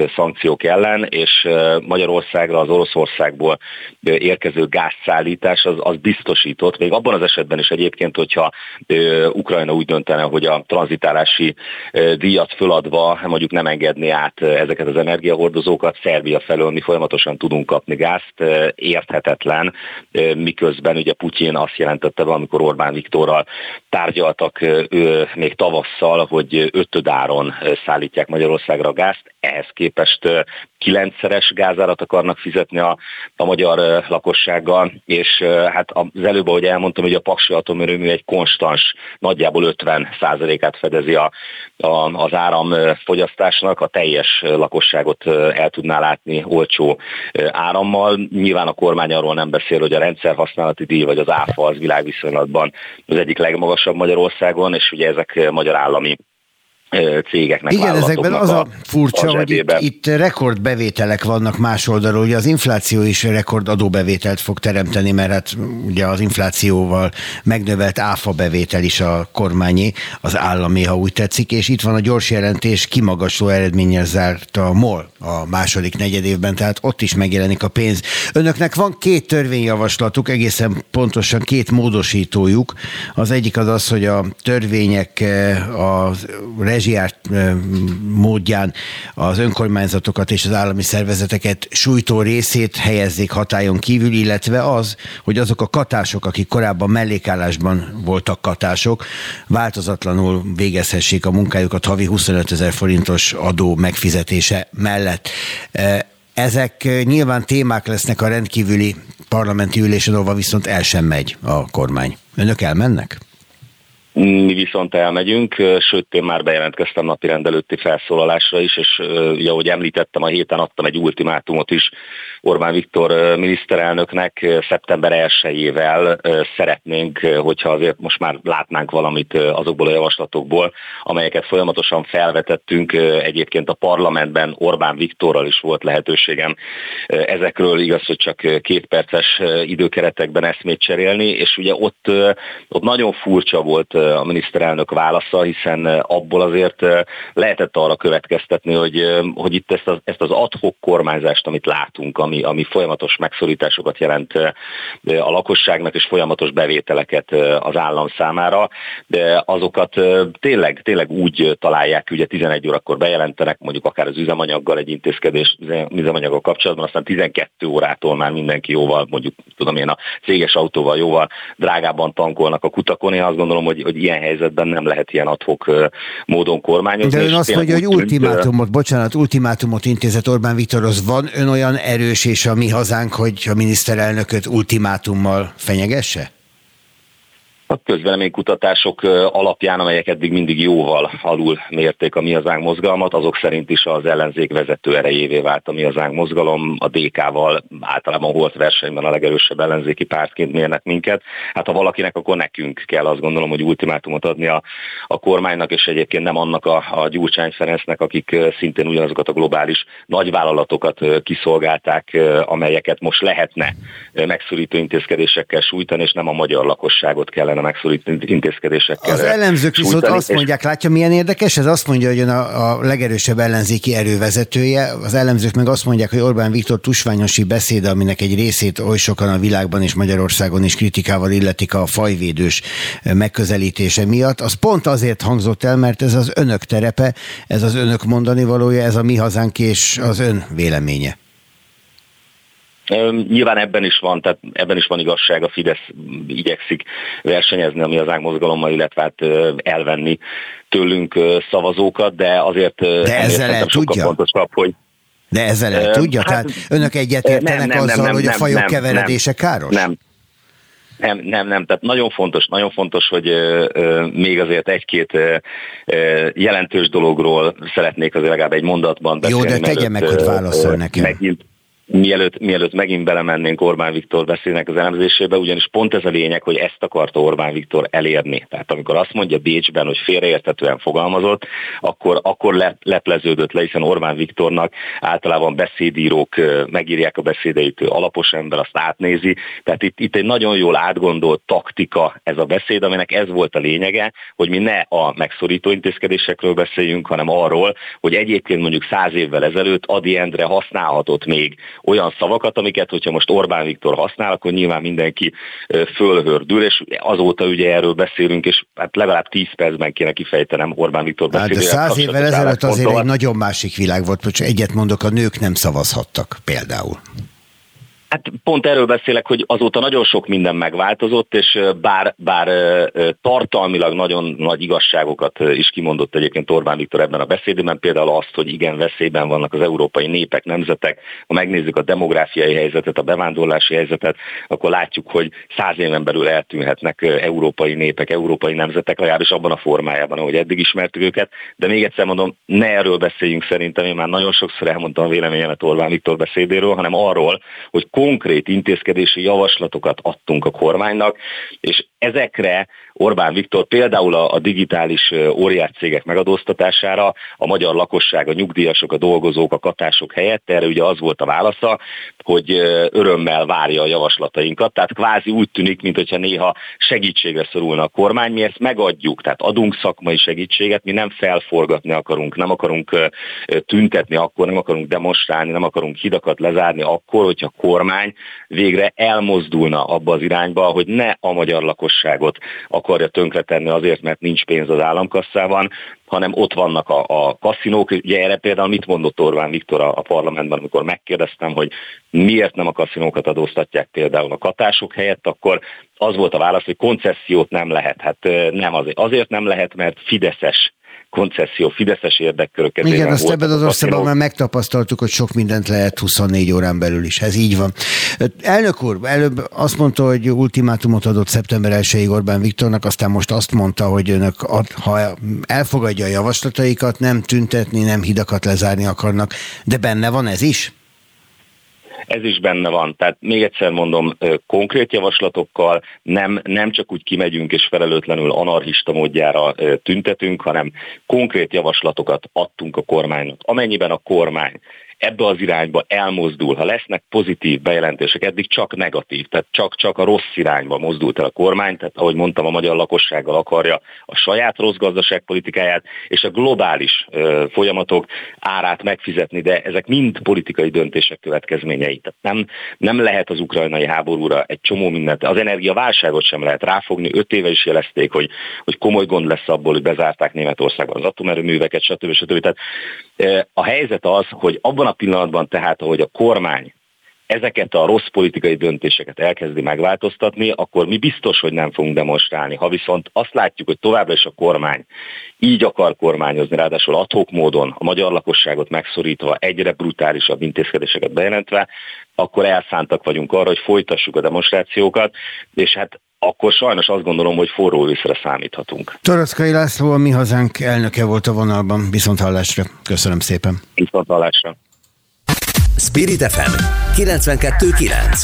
szankciók ellen, és Magyarországra az Oroszországból érkező gázszállítás az, az biztosított, még abban az esetben is egyébként, hogyha Ukrajna úgy döntene, hogy a tranzitálási díjat föladva mondjuk nem engedni át ezeket az energiahordozókat, Szerbia felől mi folyamatosan tudunk kapni gázt, érthetetlen, miközben ugye Putyin azt jelentette be, amikor Orbán Viktorral tárgyaltak ő még tavasszal, hogy ötödáron szállítják Magyarországra a gázt, ehhez képest kilencszeres gázárat akarnak fizetni a, a magyar lakossággal, és hát az előbb, ahogy elmondtam, hogy a Paksi atomerőmű egy konstans, nagyjából ötven százalékát fedezi a, a, az áramfogyasztásnak, a teljes lakosságot el tudná látni olcsó árammal. Nyilván a kormány arról nem beszél, hogy a rendszerhasználati díj vagy az áfa az világviszonylatban az egyik legmagasabb Magyarországon, és ugye ezek magyar állami cégeknek. Igen, ezekben az a furcsa, a hogy itt, itt rekordbevételek vannak más oldalról, ugye az infláció is rekord adóbevételt fog teremteni, mert hát ugye az inflációval megnövelt áfa bevétel is a kormányé, az állami, ha úgy tetszik, és itt van a gyors jelentés, kimagasló eredménnyel zárt a MOL a második negyedévben, tehát ott is megjelenik a pénz. Önöknek van két törvényjavaslatuk, egészen pontosan két módosítójuk. Az egyik az az, hogy a törvények a rezsijárt módján az önkormányzatokat és az állami szervezeteket sújtó részét helyezzék hatályon kívül, illetve az, hogy azok a katások, akik korábban mellékállásban voltak katások, változatlanul végezhessék a munkájukat havi huszonötezer forintos adó megfizetése mellett. Ezek nyilván témák lesznek a rendkívüli parlamenti ülésen, ahol viszont el sem megy a kormány. Önök elmennek? Mi viszont elmegyünk, sőt, én már bejelentkeztem napirend előtti felszólalásra is, és ugye, ahogy említettem, a héten adtam egy ultimátumot is Orbán Viktor miniszterelnöknek. Szeptember elsejével szeretnénk, hogyha azért most már látnánk valamit azokból a javaslatokból, amelyeket folyamatosan felvetettünk. Egyébként a parlamentben Orbán Viktorral is volt lehetőségem ezekről, igaz, hogy csak két perces időkeretekben eszmét cserélni, és ugye ott, ott nagyon furcsa volt a miniszterelnök válasza, hiszen abból azért lehetett arra következtetni, hogy, hogy itt ezt az, ezt az ad-hoc kormányzást, amit látunk, ami, ami folyamatos megszorításokat jelent a lakosságnak, és folyamatos bevételeket az állam számára, de azokat tényleg, tényleg úgy találják, ugye tizenegy órakor bejelentenek, mondjuk akár az üzemanyaggal egy intézkedés üzemanyaggal kapcsolatban, aztán tizenkettő órától már mindenki jóval, mondjuk tudom én, a céges autóval jóval drágábban tankolnak a kutakon. Én azt gondolom, hogy, hogy ilyen helyzetben nem lehet ilyen ad-hoc módon kormányozni. De ön azt mondja, hogy ultimátumot, bocsánat, ultimátumot intézett Orbán Viktorhoz. Van ön olyan erős és a mi hazánk, hogy a miniszterelnököt ultimátummal fenyegesse? A közvéleménykutatások alapján, amelyek eddig mindig jóval alul mérték a Mi Hazánk mozgalmat, azok szerint is az ellenzék vezető erejévé vált a Mi Hazánk mozgalom, a dé ká-val általában volt versenyben a legerősebb ellenzéki pártként mérnek minket. Hát ha valakinek, akkor nekünk kell, azt gondolom, hogy ultimátumot adni a, a kormánynak, és egyébként nem annak a, a Gyurcsány Ferencnek, akik szintén ugyanazokat a globális nagyvállalatokat kiszolgálták, amelyeket most lehetne megszorító intézkedésekkel sújtani, és nem a magyar lakosságot kellene megszorító intézkedésekkel. Az ellenzők viszont azt mondják, látja milyen érdekes, ez azt mondja, hogy ön a, a legerősebb ellenzéki erővezetője, az ellenzők meg azt mondják, hogy Orbán Viktor tusványosi beszéde, aminek egy részét oly sokan a világban és Magyarországon is kritikával illetik a fajvédős megközelítése miatt, az pont azért hangzott el, mert ez az önök terepe, ez az önök mondani valója, ez a Mi Hazánk és az ön véleménye. Nyilván ebben is van, tehát ebben is van igazság, a Fidesz igyekszik versenyezni a Mi Hazánk mozgalommal, illetve hát elvenni tőlünk szavazókat, de azért de ezzel el tudja? Fontosabb, hogy De ezzel el tudja? Hát, tehát önök egyetértenek nem, nem, azzal, nem, nem, hogy a fajok nem, keveredése nem, káros? Nem. Nem, nem, nem, tehát nagyon fontos, nagyon fontos, hogy ö, ö, még azért egy-két ö, ö, jelentős dologról szeretnék azért legalább egy mondatban beszélni. Jó, de tegye meg, hogy válaszol nekem. Megint, Mielőtt, mielőtt megint belemennénk Orbán Viktor beszédnek az elemzésébe, ugyanis pont ez a lényeg, hogy ezt akarta Orbán Viktor elérni. Tehát amikor azt mondja Bécsben, hogy félreérthetően fogalmazott, akkor, akkor le, lepleződött le, hiszen Orbán Viktornak általában beszédírók megírják a beszédeit, alapos ember azt átnézi. Tehát itt, itt egy nagyon jól átgondolt taktika ez a beszéd, aminek ez volt a lényege, hogy mi ne a megszorító intézkedésekről beszéljünk, hanem arról, hogy egyébként mondjuk száz évvel ezelőtt Ady Endre használhatott még olyan szavakat, amiket, hogyha most Orbán Viktor használ, akkor nyilván mindenki fölhördül, és azóta ugye erről beszélünk, és hát legalább tíz percben kéne kifejtenem Orbán Viktor beszédével. Hát de száz évvel ezelőtt azért egy nagyon másik világ volt, hogy egyet mondok, a nők nem szavazhattak például. Hát pont erről beszélek, hogy azóta nagyon sok minden megváltozott, és bár, bár tartalmilag nagyon nagy igazságokat is kimondott egyébként Orbán Viktor ebben a beszédében, például azt, hogy igen, veszélyben vannak az európai népek, nemzetek, ha megnézzük a demográfiai helyzetet, a bevándorlási helyzetet, akkor látjuk, hogy száz éven belül eltűnhetnek európai népek, európai nemzetek, legalábbis abban a formájában, ahogy eddig ismertük őket, de még egyszer mondom, ne erről beszéljünk szerintem, én már nagyon sokszor elmondtam a véleményemet Orbán Viktor beszédéről, hanem arról, hogy konkrét intézkedési javaslatokat adtunk a kormánynak, és ezekre Orbán Viktor például a, a digitális óriás cégek megadóztatására a magyar lakosság, a nyugdíjasok, a dolgozók, a katások helyett, erre ugye az volt a válasza, hogy örömmel várja a javaslatainkat, tehát kvázi úgy tűnik, mintha néha segítségre szorulna a kormány, mi ezt megadjuk, tehát adunk szakmai segítséget, mi nem felforgatni akarunk, nem akarunk tüntetni akkor, nem akarunk demonstrálni, nem akarunk hidakat lezárni akkor, hogyha a kormány végre elmozdulna abba az irányba, hogy ne a magyar lakosságot akarja tönkretenni azért, mert nincs pénz az államkasszában, hanem ott vannak a, a kaszinók. Ugye erre például mit mondott Orbán Viktor a, a parlamentben, amikor megkérdeztem, hogy miért nem a kaszinókat adóztatják például a katások helyett, akkor az volt a válasz, hogy koncessziót nem lehet. Hát nem azért. Azért nem lehet, mert fideszes koncesszió, fideszes érdekkörök kezében. Igen, azt ebben az országban már megtapasztaltuk, hogy sok mindent lehet huszonnégy órán belül is. Ez így van. Elnök úr, előbb azt mondta, hogy ultimátumot adott szeptember elsejéig Orbán Viktornak, aztán most azt mondta, hogy önök, ha elfogadja a javaslataikat, nem tüntetni, nem hidakat lezárni akarnak, de benne van ez is? Ez is benne van. Tehát még egyszer mondom, konkrét javaslatokkal nem, nem csak úgy kimegyünk és felelőtlenül anarchista módjára tüntetünk, hanem konkrét javaslatokat adtunk a kormánynak. Amennyiben a kormány ebbe az irányba elmozdul, ha lesznek pozitív bejelentések, eddig csak negatív, tehát csak-csak a rossz irányba mozdult el a kormány, tehát ahogy mondtam, a magyar lakossággal akarja a saját rossz gazdaságpolitikáját és a globális ö, folyamatok árát megfizetni, de ezek mind politikai döntések következményei. Tehát nem, nem lehet az ukrajnai háborúra egy csomó mindent, az energiaválságot sem lehet ráfogni, öt éve is jelezték, hogy, hogy komoly gond lesz abból, hogy bezárták Németországban az atomerőműveket, stb. stb. Tehát a helyzet az, hogy abban a pillanatban tehát, ahogy a kormány ezeket a rossz politikai döntéseket elkezdi megváltoztatni, akkor mi biztos, hogy nem fogunk demonstrálni. Ha viszont azt látjuk, hogy továbbra is a kormány így akar kormányozni, ráadásul ad hoc módon a magyar lakosságot megszorítva, egyre brutálisabb intézkedéseket bejelentve, akkor elszántak vagyunk arra, hogy folytassuk a demonstrációkat, és hát akkor sajnos azt gondolom, hogy forró őszre számíthatunk. Toroczkai László, a Mi Hazánk elnöke volt a vonalban. Viszonthallásra. Köszönöm szépen. Viszonthallásra. Spirit ef em kilencvenkettő kilenc.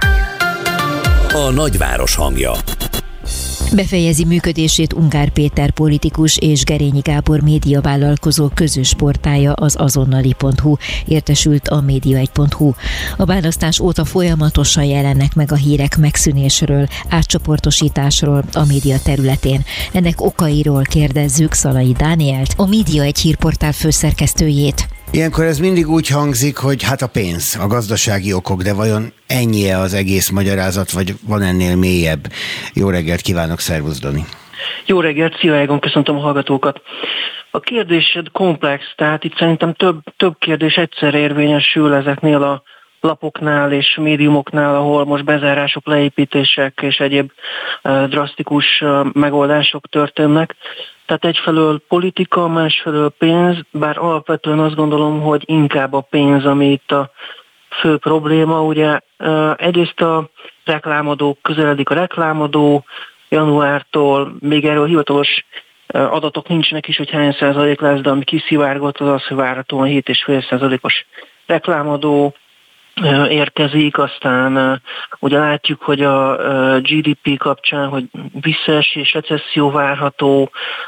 A nagyváros hangja. Befejezi működését Ungár Péter politikus és Gerényi Gábor médiavállalkozó közös portálja, az azonnali pont hu, értesült a média egy pont hu. A választás óta folyamatosan jelennek meg a hírek megszűnésről, átcsoportosításról a média területén. Ennek okairól kérdezzük Szalai Dánielt, a Média egy hírportál főszerkesztőjét. Ilyenkor ez mindig úgy hangzik, hogy hát a pénz, a gazdasági okok, de vajon ennyi az egész magyarázat, vagy van ennél mélyebb? Jó reggelt kívánok, szervusz Dani! Jó reggelt, szia Egon, köszöntöm a hallgatókat! A kérdésed komplex, tehát itt szerintem több, több kérdés egyszerre érvényesül ezeknél a lapoknál és médiumoknál, ahol most bezárások, leépítések és egyéb uh, drasztikus uh, megoldások történnek. Tehát egyfelől politika, másfelől pénz, bár alapvetően azt gondolom, hogy inkább a pénz, ami itt a fő probléma. Ugye uh, egyrészt a reklámadók, közeledik a reklámadó, januártól még erről hivatalos uh, adatok nincsenek is, hogy hány százalék lesz, de ami kiszivárgott, az az, hogy várhatóan hét egész öt százalékos reklámadó. érkezik, aztán ugye látjuk, hogy a gé dé pé kapcsán, hogy visszaesés, recesszió várható,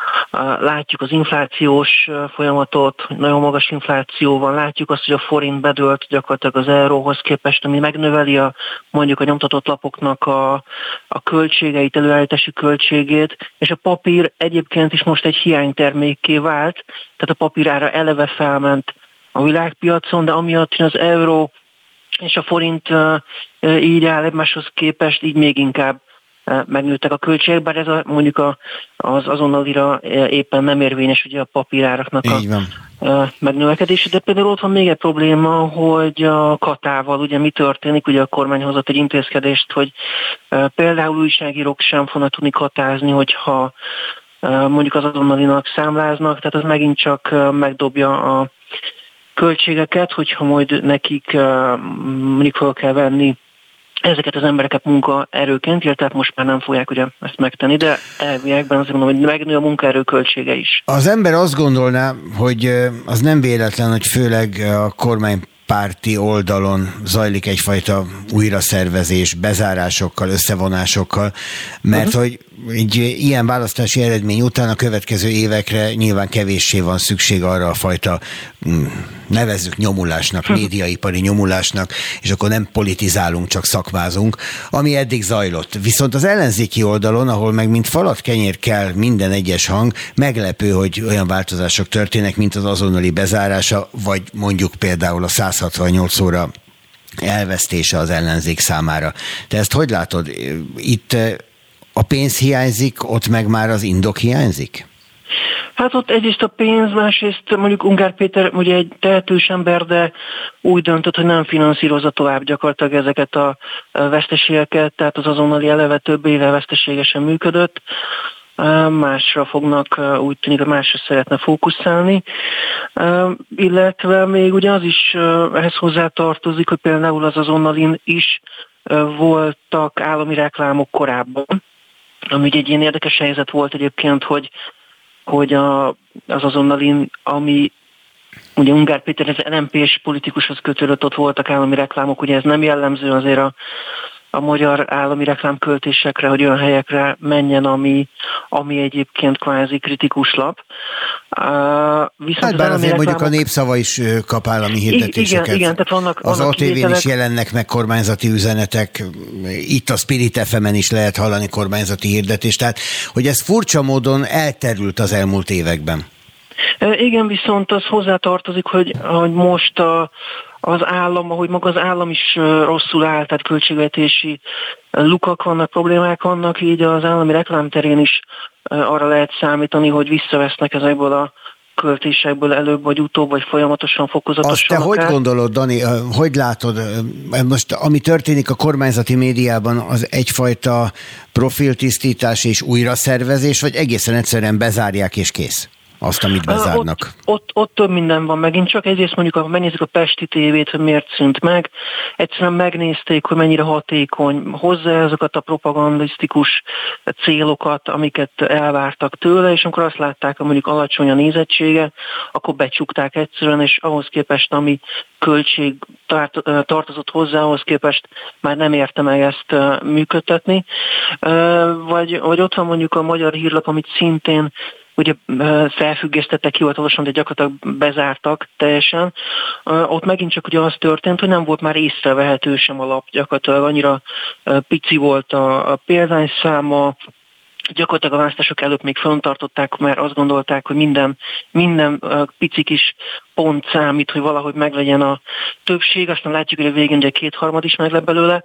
látjuk az inflációs folyamatot, hogy nagyon magas infláció van, látjuk azt, hogy a forint bedőlt gyakorlatilag az euróhoz képest, ami megnöveli a, mondjuk a nyomtatott lapoknak a, a költségeit, előállítási költségét, és a papír egyébként is most egy hiánytermékké vált, tehát a papírára eleve felment a világpiacon, de amiatt az euró és a forint így áll egymáshoz képest, így még inkább megnőttek a költségek, bár ez a, mondjuk a, az azonnalira éppen nem érvényes ugye a papíráraknak a megnövekedése, de például ott van még egy probléma, hogy a katával ugye mi történik, ugye a kormány hozott egy intézkedést, hogy például újságírók sem fognak tudni katázni, hogyha mondjuk az azonnalinak számláznak, tehát az megint csak megdobja a költségeket, hogyha majd nekik mondjuk fel kell venni ezeket az embereket munkaerőként, tehát most már nem fogják ugye ezt megtenni, de elviekben azt mondom, hogy megnő a munkaerő költsége is. Az ember azt gondolná, hogy az nem véletlen, hogy főleg a kormány párti oldalon zajlik egyfajta újraszervezés, bezárásokkal, összevonásokkal, mert uh-huh. hogy egy ilyen választási eredmény után a következő évekre nyilván kevéssé van szükség arra a fajta, nevezzük nyomulásnak, médiaipari nyomulásnak, és akkor nem politizálunk, csak szakmázunk, ami eddig zajlott. Viszont az ellenzéki oldalon, ahol meg mint falat kenyér kell minden egyes hang, meglepő, hogy olyan változások történnek, mint az azonnali bezárása, vagy mondjuk például a száz hatvannyolc óra elvesztése az ellenzék számára. Te ezt hogy látod? Itt a pénz hiányzik, ott meg már az indok hiányzik? Hát ott egyrészt a pénz, másrészt mondjuk Ungár Péter ugye egy tehetős ember, de úgy döntött, hogy nem finanszírozza tovább gyakorlatilag ezeket a veszteségeket, tehát az azonnali eleve több éve veszteségesen működött. Másra fognak, úgy tűnik, hogy másra szeretne fókuszálni. Illetve még ugye az is ehhez hozzá tartozik, hogy például az azonnalin is voltak állami reklámok korábban, ami egy ilyen érdekes helyzet volt egyébként, hogy, hogy a, az azonnalin, ami ugye Ungár Péter, ez en em pés politikushoz kötődött, ott voltak állami reklámok, ugye ez nem jellemző azért a a magyar állami reklámköltésekre, hogy olyan helyekre menjen, ami, ami egyébként kvázi kritikus lap. Uh, viszont hát bár azért reklámok... mondjuk a Népszava is kap állami hirdetéseket. Igen, igen, tehát vannak, az vannak á té vén is jelennek meg kormányzati üzenetek, itt a Spirit ef emen is lehet hallani kormányzati hirdetést, tehát hogy ez furcsa módon elterült az elmúlt években. Igen, viszont az hozzátartozik, hogy, hogy most a az állam, ahogy maga az állam is rosszul áll, tehát költségvetési lukak vannak, problémák vannak, így az állami reklámterén is arra lehet számítani, hogy visszavesznek ezekből a költésekből előbb vagy utóbb, vagy folyamatosan, fokozatosan. Azt te akár. Hogy gondolod, Dani, hogy látod, most ami történik a kormányzati médiában, az egyfajta profiltisztítás és újraszervezés, vagy egészen egyszerűen bezárják és kész? Azt, amit bezárnak. Ott, ott, ott több minden van megint, csak egyrészt mondjuk, ha megnézzük a Pesti tévét, hogy miért szűnt meg, egyszerűen megnézték, hogy mennyire hatékony hozzá azokat a propagandisztikus célokat, amiket elvártak tőle, és amikor azt látták, hogy mondjuk alacsony a nézettsége, akkor becsukták egyszerűen, és ahhoz képest, ami költség tart, tartozott hozzá, ahhoz képest már nem érte meg ezt működtetni. Vagy, vagy ott van mondjuk a Magyar Hírlap, amit szintén ugye felfüggesztettek hivatalosan, de gyakorlatilag bezártak teljesen. Ott megint csak ugye az történt, hogy nem volt már észrevehető sem a lap, gyakorlatilag annyira pici volt a, a példányszáma, gyakorlatilag a választások előtt még fenntartották, mert azt gondolták, hogy minden, minden pici kis pont számít, hogy valahogy meglegyen a többség, aztán látjuk, hogy a végén ugye kétharmad is meg lett belőle,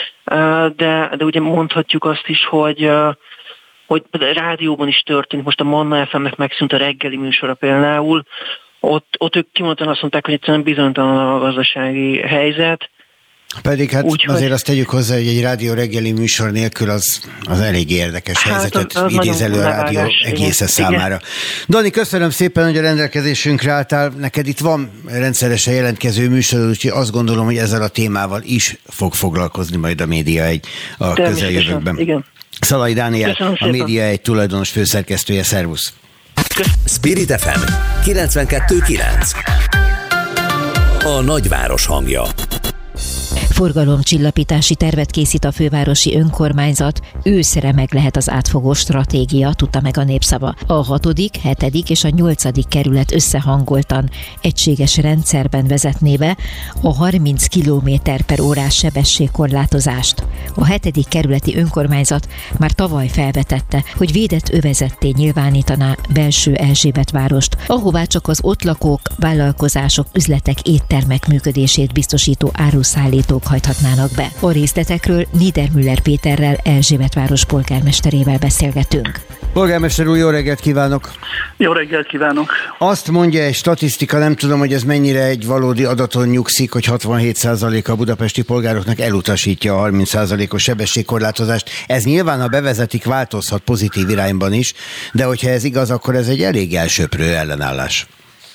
de, de ugye mondhatjuk azt is, hogy hogy rádióban is történik, most a Manna ef emnek megszűnt a reggeli műsora például, ott, ott ők kimondottan azt mondták, hogy egyszerűen bizonytalan a gazdasági helyzet. Pedig hát úgy, azért hogy... azt tegyük hozzá, hogy egy rádió reggeli műsor nélkül az, az elég érdekes hát helyzetet az, az idéz elő a rádió egészen számára. Igen. Dani, köszönöm szépen, hogy a rendelkezésünkre álltál. Neked itt van rendszeresen jelentkező műsor, úgyhogy azt gondolom, hogy ezzel a témával is fog foglalkozni majd a Média egy a közeljövőkben. Igen. Szalai Dániel, a Média egy tulajdonos főszerkesztője, szervusz! Spirit ef em kilencvenkettő kilenc. A nagyváros hangja. Forgalomcsillapítási tervet készít a fővárosi önkormányzat, őszre meg lehet az átfogó stratégia, tudta meg a Népszava. A hatodik, hetedik és a nyolcadik kerület összehangoltan, egységes rendszerben vezetné be a harminc kilométer per órás sebességkorlátozást. A hetedik kerületi önkormányzat már tavaly felvetette, hogy védett övezetté nyilvánítaná belső Erzsébetvárost, ahová csak az ott lakók, vállalkozások, üzletek, éttermek működését biztosító áruszállítók hajthatnának be. A részletekről Niedermüller Péterrel, Erzsébetváros polgármesterével beszélgetünk. Polgármester úr, jó reggelt kívánok! Jó reggelt kívánok! Azt mondja egy statisztika, nem tudom, hogy ez mennyire egy valódi adaton nyugszik, hogy hatvanhét százalék a budapesti polgároknak elutasítja a harminc százalékos sebességkorlátozást. Ez nyilván, ha bevezetik, változhat pozitív irányban is, de hogyha ez igaz, akkor ez egy elég elsöprő ellenállás.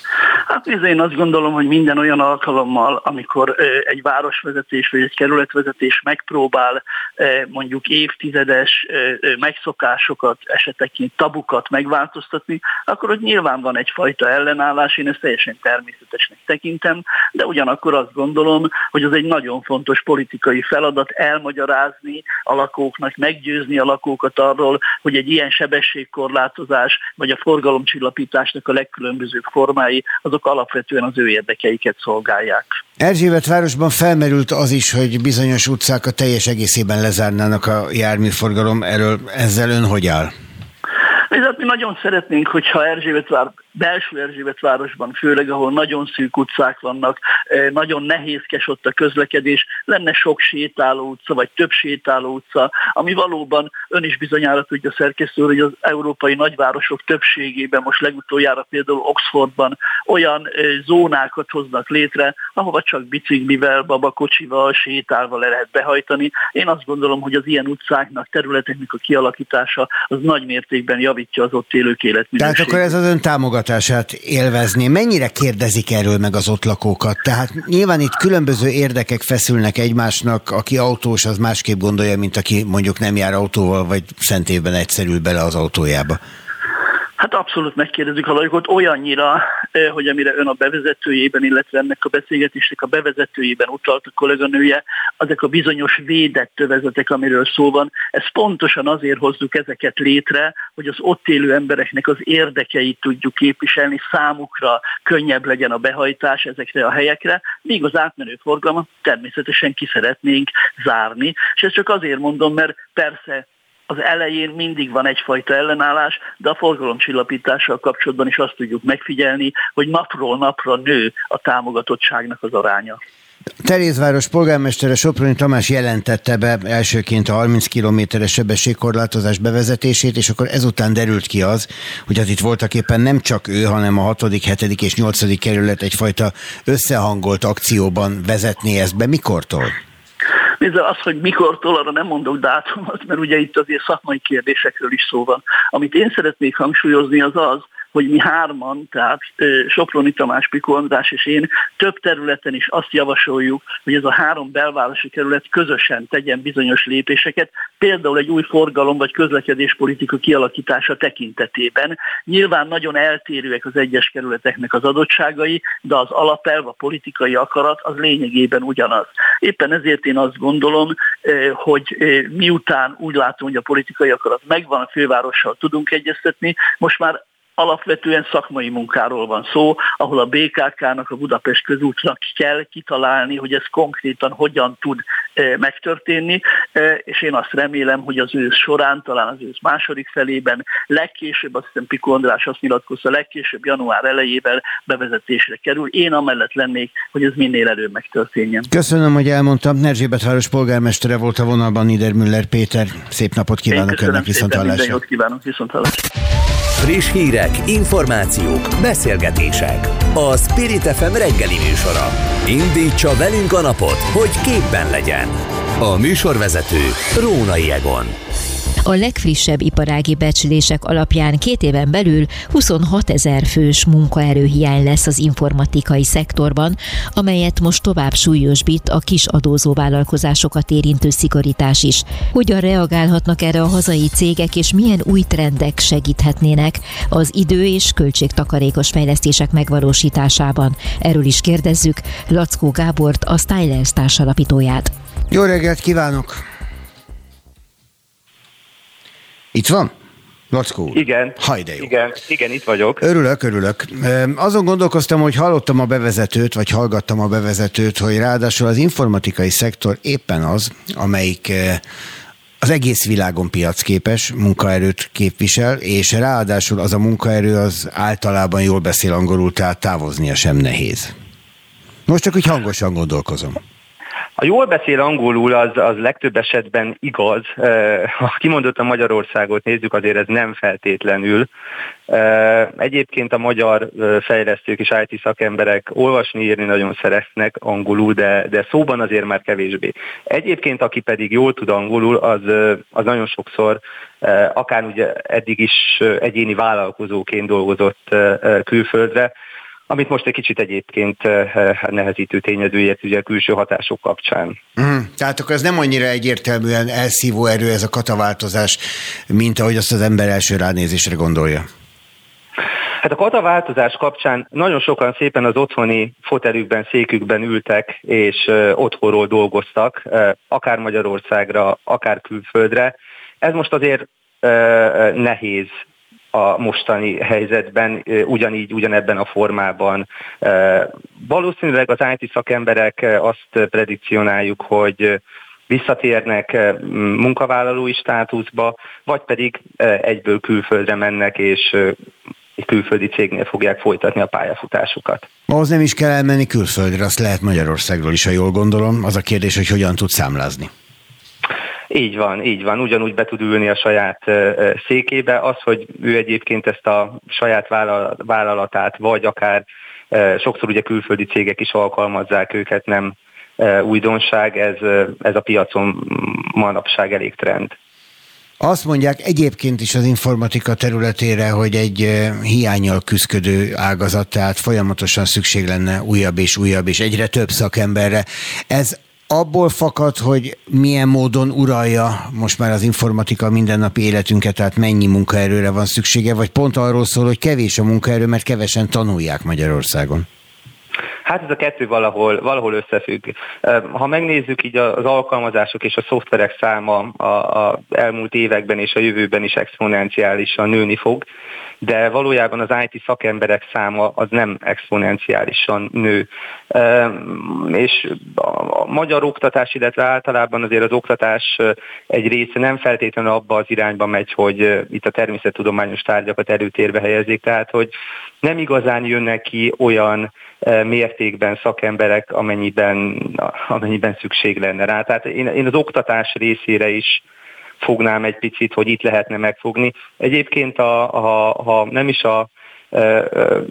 Hát én azt gondolom, hogy minden olyan alkalommal, amikor egy városvezetés vagy egy kerületvezetés megpróbál mondjuk évtizedes megszokásokat, esetekként tabukat megváltoztatni, akkor ott nyilván van egyfajta ellenállás, én ezt teljesen természetesnek tekintem, de ugyanakkor azt gondolom, hogy az egy nagyon fontos politikai feladat elmagyarázni a lakóknak, meggyőzni a lakókat arról, hogy egy ilyen sebességkorlátozás vagy a forgalomcsillapításnak a legkülönbözőbb formái, azok alapvetően az ő érdekeiket szolgálják. Erzsébetvárosban felmerült az is, hogy bizonyos utcákat teljes egészében lezárnának a járműforgalom. Erről ezzel ön hogy áll? Hát mi nagyon szeretnénk, hogyha Erzsébetvár, belső Erzsébetvárosban, főleg ahol nagyon szűk utcák vannak, nagyon nehézkes ott a közlekedés, lenne sok sétáló utca, vagy több sétáló utca, ami valóban ön is bizonyára tudja, szerkesztő, hogy az európai nagyvárosok többségében, most legutoljára például Oxfordban olyan zónákat hoznak létre, ahova csak biciklivel, babakocsival, sétálva le lehet behajtani. Én azt gondolom, hogy az ilyen utcáknak, területeknek a kialakítása az nagy mértékben javítja az ott élők életminőségét. Tehát akkor ez az ön támogatását élvezni. Mennyire kérdezik erről meg az ott lakókat? Tehát nyilván itt különböző érdekek feszülnek egymásnak, aki autós, az másképp gondolja, mint aki mondjuk nem jár autóval, vagy szent évben egyszerül bele az autójába. Hát abszolút megkérdezzük a lajokat olyannyira, hogy amire ön a bevezetőjében, illetve ennek a beszélgetésnek a bevezetőjében utalt a kolléganője, azok a bizonyos védett övezetek, amiről szó van, ezt pontosan azért hozzuk ezeket létre, hogy az ott élő embereknek az érdekeit tudjuk képviselni, számukra könnyebb legyen a behajtás ezekre a helyekre, míg az átmenő forgalmat természetesen ki szeretnénk zárni. És ezt csak azért mondom, mert persze az elején mindig van egyfajta ellenállás, de a forgalomcsillapítással kapcsolatban is azt tudjuk megfigyelni, hogy napról napra nő a támogatottságnak az aránya. Terézváros polgármestere Soproni Tamás jelentette be elsőként a harminc kilométeres sebességkorlátozás bevezetését, és akkor ezután derült ki az, hogy hát itt voltak éppen nem csak ő, hanem a hatodik, hetedik és nyolcadik kerület egyfajta összehangolt akcióban vezetné ezt be. Mikortól? Nézd, az, hogy mikortól, arra nem mondok dátumot, mert ugye itt azért szakmai kérdésekről is szó van. Amit én szeretnék hangsúlyozni, az az, hogy mi hárman, tehát Soproni Tamás, Piko András és én több területen is azt javasoljuk, hogy ez a három belvárosi kerület közösen tegyen bizonyos lépéseket, például egy új forgalom vagy közlekedéspolitika kialakítása tekintetében. Nyilván nagyon eltérőek az egyes kerületeknek az adottságai, de az alapelv, a politikai akarat az lényegében ugyanaz. Éppen ezért én azt gondolom, hogy miután úgy látom, hogy a politikai akarat megvan, a fővárossal tudunk egyeztetni, most már alapvetően szakmai munkáról van szó, ahol a bé ká ká-nak, a Budapest közútnak kell kitalálni, hogy ez konkrétan hogyan tud e, megtörténni, e, és én azt remélem, hogy az ősz során, talán az ősz második felében, legkésőbb, azt hiszem Piko András azt nyilatkozta, legkésőbb január elejével bevezetésre kerül. Én amellett lennék, hogy ez minél előbb megtörténjen. Köszönöm, hogy elmondtam. Erzsébetváros polgármestere volt a vonalban, Niedermüller Péter. Szép napot kívánok önnek, viszonthallásra. Minden jót kívánok, viszonthallásra. Friss hírek, információk, beszélgetések. A Spirit ef em reggeli műsora. Indítsa velünk a napot, hogy képben legyen. A műsorvezető Rónai Egon. A legfrissebb iparági becslések alapján két éven belül huszonhatezer fős munkaerőhiány lesz az informatikai szektorban, amelyet most tovább súlyosbít a kis adózó vállalkozásokat érintő szigorítás is. Hogyan reagálhatnak erre a hazai cégek, és milyen új trendek segíthetnének az idő- és költségtakarékos fejlesztések megvalósításában? Erről is kérdezzük Lackó Gábort, a Stylers társalapítóját. Jó reggelt kívánok! Itt van? Lackó úr. Igen. Hajde jó. Igen, igen, itt vagyok. Örülök, örülök. Azon gondolkoztam, hogy hallottam a bevezetőt, vagy hallgattam a bevezetőt, hogy ráadásul az informatikai szektor éppen az, amelyik az egész világon piacképes munkaerőt képvisel, és ráadásul az a munkaerő az általában jól beszél angolul, tehát távoznia sem nehéz. Most csak úgy hangosan gondolkozom. A jól beszél angolul az, az legtöbb esetben igaz. Ha kimondottan Magyarországot nézzük, azért ez nem feltétlenül. Egyébként a magyar fejlesztők és i té szakemberek olvasni, írni nagyon szeretnek angolul, de, de szóban azért már kevésbé. Egyébként, aki pedig jól tud angolul, az, az nagyon sokszor, akár ugye eddig is egyéni vállalkozóként dolgozott külföldre, amit most egy kicsit egyébként nehezítő tényezőért ugye a külső hatások kapcsán. Mm, tehát akkor ez nem annyira egyértelműen elszívó erő ez a kataváltozás, mint ahogy azt az ember első ránézésre gondolja. Hát a kataváltozás kapcsán nagyon sokan szépen az otthoni fotelükben, székükben ültek, és otthonról dolgoztak, akár Magyarországra, akár külföldre. Ez most azért nehéz a mostani helyzetben, ugyanígy, ugyanebben a formában. Valószínűleg az i té szakemberek azt predikcionáljuk, hogy visszatérnek munkavállalói státuszba, vagy pedig egyből külföldre mennek, és egy külföldi cégnél fogják folytatni a pályafutásukat. Ahhoz nem is kell elmenni külföldre, azt lehet Magyarországról is, ha jól gondolom. Az a kérdés, hogy hogyan tud számlázni. Így van, így van. Ugyanúgy be tud ülni a saját székébe. Az, hogy ő egyébként ezt a saját vállalatát, vagy akár sokszor ugye külföldi cégek is alkalmazzák őket, nem újdonság, ez, ez a piacon manapság elég trend. Azt mondják egyébként is az informatika területére, hogy egy hiánnyal küszködő ágazat, tehát folyamatosan szükség lenne újabb és újabb és egyre több szakemberre. Ez abból fakad, hogy milyen módon uralja most már az informatika mindennapi életünket, tehát mennyi munkaerőre van szüksége, vagy pont arról szól, hogy kevés a munkaerő, mert kevesen tanulják Magyarországon? Hát ez a kettő valahol, valahol összefügg. Ha megnézzük, így az alkalmazások és a szoftverek száma az elmúlt években és a jövőben is exponenciálisan nőni fog, de valójában az i té szakemberek száma az nem exponenciálisan nő. És a magyar oktatás, illetve általában azért az oktatás egy része nem feltétlenül abba az irányba megy, hogy itt a természettudományos tárgyakat előtérbe helyezik, tehát hogy nem igazán jönnek ki olyan mértékben szakemberek, amennyiben, amennyiben szükség lenne rá. Tehát én, én az oktatás részére is fognám egy picit, hogy itt lehetne megfogni. Egyébként a, ha, ha nem is a e,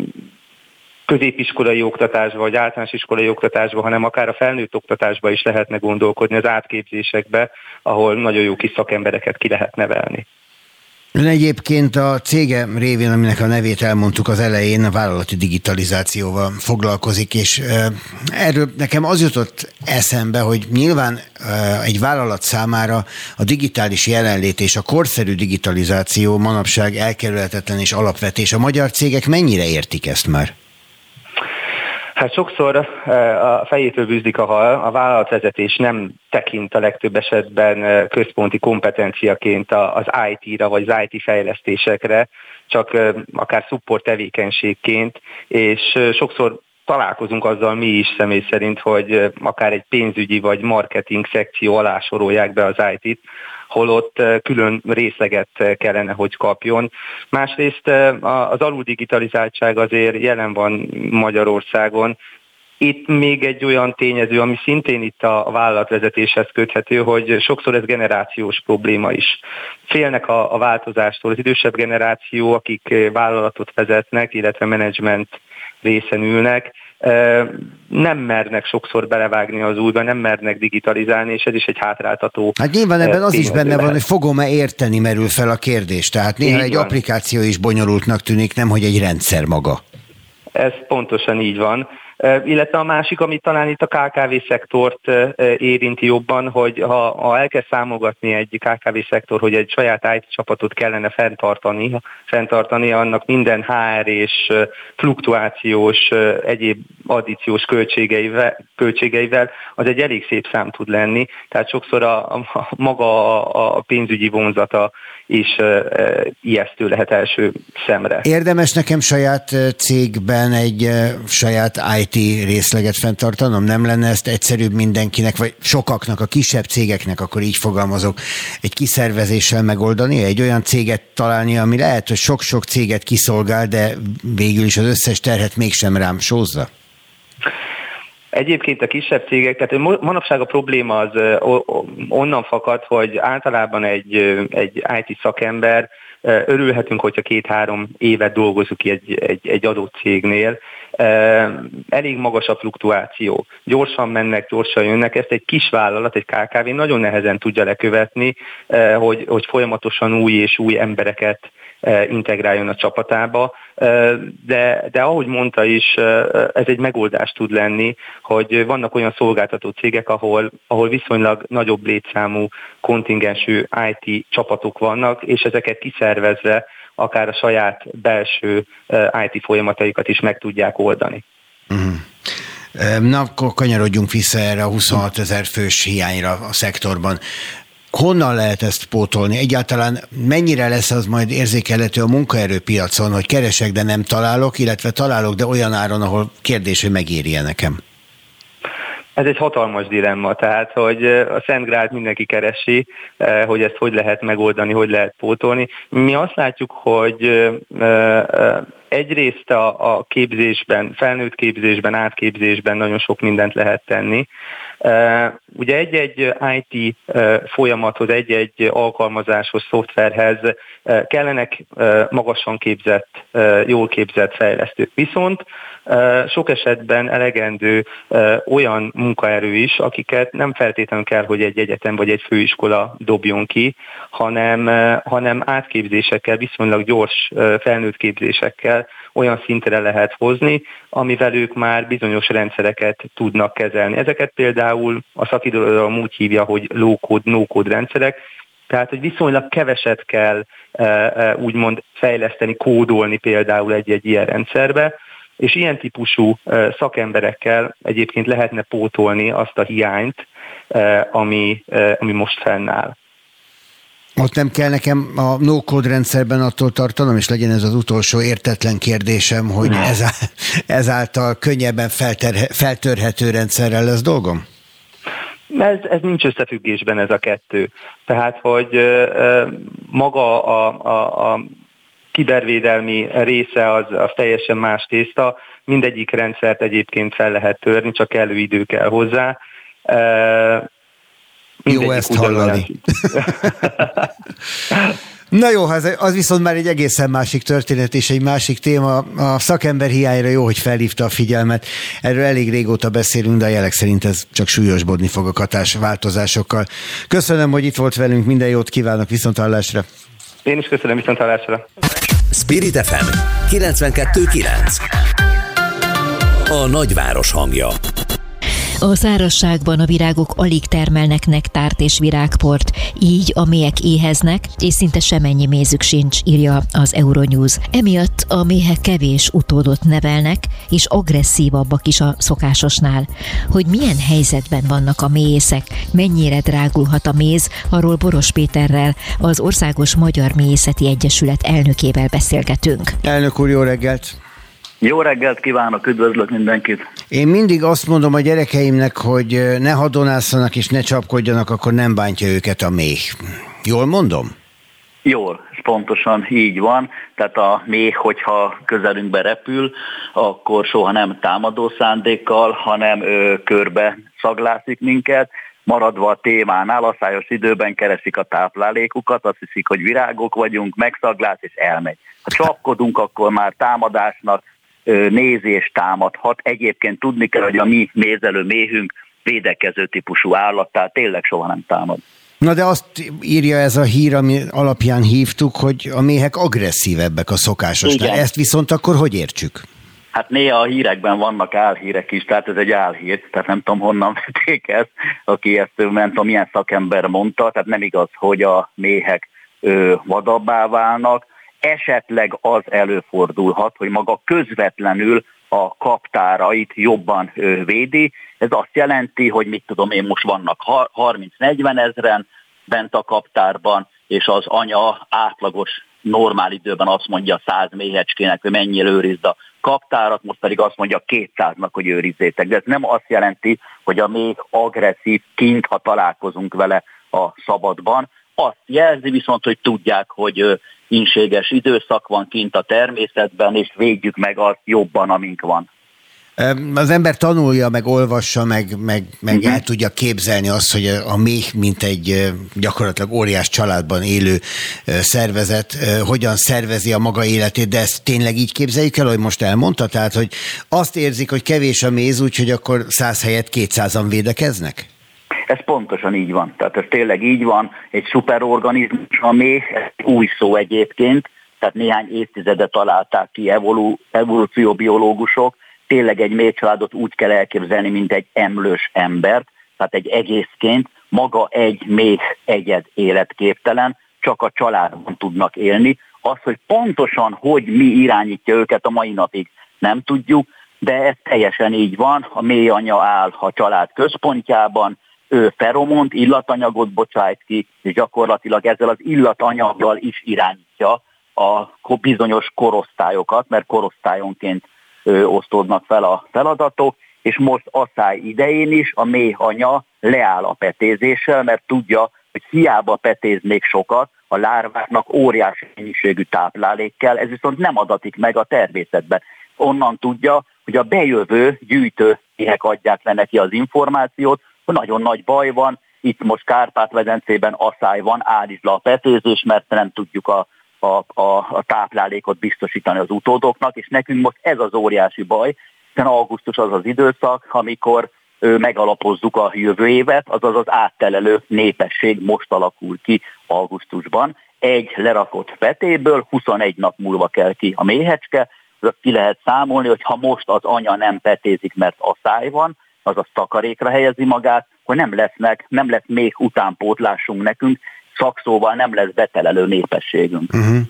középiskolai oktatásba, vagy általános iskolai oktatásba, hanem akár a felnőtt oktatásba is lehetne gondolkodni, az átképzésekbe, ahol nagyon jó kis szakembereket ki lehet nevelni. Ön egyébként a cége révén, aminek a nevét elmondtuk az elején, a vállalati digitalizációval foglalkozik, és erről nekem az jutott eszembe, hogy nyilván egy vállalat számára a digitális jelenlét és a korszerű digitalizáció manapság elkerülhetetlen és alapvetés. A magyar cégek mennyire értik ezt már? Hát sokszor a fejétől bűzlik a hal, a vállalatvezetés nem tekint a legtöbb esetben központi kompetenciaként az i té-ra vagy az i té fejlesztésekre, csak akár support tevékenységként, és sokszor találkozunk azzal mi is személy szerint, hogy akár egy pénzügyi vagy marketing szekció alá sorolják be az i té-t, holott külön részleget kellene, hogy kapjon. Másrészt az aluldigitalizáltság azért jelen van Magyarországon. Itt még egy olyan tényező, ami szintén itt a vállalatvezetéshez köthető, hogy sokszor ez generációs probléma is. Félnek a, a változástól az idősebb generáció, akik vállalatot vezetnek, illetve menedzsment részen ülnek, nem mernek sokszor belevágni az újba, nem mernek digitalizálni, és ez is egy hátráltató. Hát nyilván ebben az is benne van, hogy fogom-e érteni, merül fel a kérdés. Tehát néha egy applikáció is bonyolultnak tűnik, nem hogy egy rendszer maga. Ez pontosan így van. Illetve a másik, ami talán itt a ká ká vé szektort érinti jobban, hogy ha, ha el kell számogatni egy ká ká vé szektor, hogy egy saját i té csapatot kellene fenntartani, fenntartani, annak minden há er és fluktuációs, egyéb addíciós költségeivel, költségeivel, az egy elég szép szám tud lenni. Tehát sokszor a, a maga a pénzügyi vonzata is ijesztő lehet első szemre. Érdemes nekem saját cégben egy saját i té részleget fenntartanom? Nem lenne ezt egyszerűbb mindenkinek, vagy sokaknak, a kisebb cégeknek, akkor így fogalmazok, egy kiszervezéssel megoldani, egy olyan céget találni, ami lehet, hogy sok-sok céget kiszolgál, de végül is az összes terhet mégsem rám sózza? Egyébként a kisebb cégek, tehát manapság a probléma az onnan fakad, hogy általában egy, egy i té szakember, örülhetünk, hogyha két-három évet dolgozunk egy, egy, egy adott cégnél. Elég magas a fluktuáció. Gyorsan mennek, gyorsan jönnek. Ezt egy kis vállalat, egy ká ká vé nagyon nehezen tudja lekövetni, hogy, hogy folyamatosan új és új embereket integráljon a csapatába, de, de ahogy mondta is, ez egy megoldás tud lenni, hogy vannak olyan szolgáltató cégek, ahol, ahol viszonylag nagyobb létszámú kontingensű i té csapatok vannak, és ezeket kiszervezve akár a saját belső i té folyamataikat is meg tudják oldani. Uh-huh. Na, akkor kanyarodjunk vissza erre a huszonhat ezer fős hiányra a szektorban. Honnan lehet ezt pótolni? Egyáltalán mennyire lesz az majd érzékelhető a munkaerőpiacon, hogy keresek, de nem találok, illetve találok, de olyan áron, ahol kérdés, hogy megéri-e nekem? Ez egy hatalmas dilemma, tehát hogy a Szent Grált mindenki keresi, hogy ezt hogy lehet megoldani, hogy lehet pótolni. Mi azt látjuk, hogy egyrészt a, a képzésben, felnőtt képzésben, átképzésben nagyon sok mindent lehet tenni. Ugye egy-egy i té folyamathoz, egy-egy alkalmazáshoz, szoftverhez kellenek magasan képzett, jól képzett fejlesztők. Viszont sok esetben elegendő olyan munkaerő is, akiket nem feltétlenül kell, hogy egy egyetem vagy egy főiskola dobjon ki, hanem, hanem átképzésekkel, viszonylag gyors felnőtt képzésekkel olyan szintre lehet hozni, amivel ők már bizonyos rendszereket tudnak kezelni. Ezeket például a szakirodalom úgy hívja, hogy low-code, no-code rendszerek, tehát, hogy viszonylag keveset kell úgymond fejleszteni, kódolni például egy-egy ilyen rendszerbe, és ilyen típusú szakemberekkel egyébként lehetne pótolni azt a hiányt, ami, ami most fennáll. Ott nem kell nekem a no-code rendszerben attól tartanom, és legyen ez az utolsó értetlen kérdésem, hogy ezá- ezáltal könnyebben felterhe- feltörhető rendszerrel lesz dolgom? Ez, ez nincs összefüggésben ez a kettő. Tehát, hogy uh, maga a, a, a kibervédelmi része az, az teljesen más tészta. Mindegyik rendszert egyébként fel lehet törni, csak kellő idő kell hozzá. Uh, Jó ezt hallani. Na jó, az, az viszont már egy egészen másik történet és egy másik téma. A szakember hiányra jó, hogy felhívta a figyelmet. Erről elég régóta beszélünk, de a jelek szerint ez csak súlyosbodni fog a katás változásokkal. Köszönöm, hogy itt volt velünk, minden jót kívánok, viszonthallásra. Én is köszönöm, viszonthallásra. Spirit ef em kilencvenkettő kilenc. A nagyváros hangja. A szárazságban a virágok alig termelnek nektárt és virágport, így a méhek éheznek, és szinte semennyi mézük sincs, írja az Euronews. Emiatt a méhek kevés utódot nevelnek, és agresszívabbak is a szokásosnál. Hogy milyen helyzetben vannak a méhészek, mennyire drágulhat a méz, arról Boros Péterrel, az Országos Magyar Méhészeti Egyesület elnökével beszélgetünk. Elnök úr, jó reggelt! Jó reggelt kívánok, üdvözlök mindenkit! Én mindig azt mondom a gyerekeimnek, hogy ne hadonásszanak és ne csapkodjanak, akkor nem bántja őket a méh. Jól mondom? Jól, pontosan így van. Tehát a méh, hogyha közelünkbe repül, akkor soha nem támadó szándékkal, hanem ö, körbe szaglászik minket. Maradva a témánál, a szájos időben keresik a táplálékukat, azt hiszik, hogy virágok vagyunk, megszaglász és elmegy. Ha csapkodunk, akkor már támadásnak nézés támadhat. Egyébként tudni kell, hogy a mi mézelő méhünk védekező típusú állat, tehát tényleg soha nem támad. Na de azt írja ez a hír, ami alapján hívtuk, hogy a méhek agresszívebbek a szokásosnál. Ezt viszont akkor hogy értsük? Hát néha a hírekben vannak álhírek is, tehát ez egy álhír, tehát nem tudom honnan vették ezt, aki ezt nem tudom milyen szakember mondta, tehát nem igaz, hogy a méhek ö, vadabbá válnak. Esetleg az előfordulhat, hogy maga közvetlenül a kaptárait jobban ö, védi. Ez azt jelenti, hogy mit tudom én, most vannak harminc-negyven ezren bent a kaptárban, és az anya átlagos normál időben azt mondja száz méhecskének, hogy mennyire őrizd a kaptárat, most pedig azt mondja kétszáznak, hogy őrizzétek. De ez nem azt jelenti, hogy a méh agresszív kint, ha találkozunk vele a szabadban. Azt jelzi viszont, hogy tudják, hogy ínséges időszak van kint a természetben, és védjük meg azt jobban, amink van. Az ember tanulja, meg olvassa, meg, meg, meg uh-huh. el tudja képzelni azt, hogy a méh, mint egy gyakorlatilag óriás családban élő szervezet, hogyan szervezi a maga életét, de ezt tényleg így képzeljük el, hogy most elmondta? Tehát, hogy azt érzik, hogy kevés a méz, úgyhogy akkor száz helyett kétszázan védekeznek? Ez pontosan így van. Tehát ez tényleg így van. Egy szuperorganizmus a méh, új szó egyébként, tehát néhány évtizede találták ki evolu- evolúcióbiológusok. Tényleg egy méhcsaládot úgy kell elképzelni, mint egy emlős embert, tehát egy egészként maga egy méh egyed életképtelen, csak a családban tudnak élni. Az, hogy pontosan, hogy mi irányítja őket, a mai napig nem tudjuk, de ez teljesen így van. A méh anya áll a család központjában, ő feromont, illatanyagot bocsájt ki, és gyakorlatilag ezzel az illatanyaggal is irányítja a bizonyos korosztályokat, mert korosztályonként osztódnak fel a feladatok, és most asszály idején is a méh anya leáll a petézéssel, mert tudja, hogy hiába petéznék sokat, a lárváknak óriási mennyiségű táplálék kell, ez viszont nem adatik meg a természetben. Onnan tudja, hogy a bejövő gyűjtő méhek adják le neki az információt, hogy nagyon nagy baj van, itt most Kárpát-medencében asszály van, állítsd le a petézés, mert nem tudjuk a A, a, a táplálékot biztosítani az utódoknak, és nekünk most ez az óriási baj, hiszen augusztus az az időszak, amikor ö, megalapozzuk a jövő évet, azaz az áttelelő népesség most alakul ki augusztusban. Egy lerakott petéből huszonegy nap múlva kell ki a méhecske, azt ki lehet számolni, hogy ha most az anya nem petézik, mert asszály van, azaz takarékra helyezi magát, hogy nem lesznek, nem lesz még utánpótlásunk nekünk, szakszóval nem lesz betelelő népességünk. Uh-huh.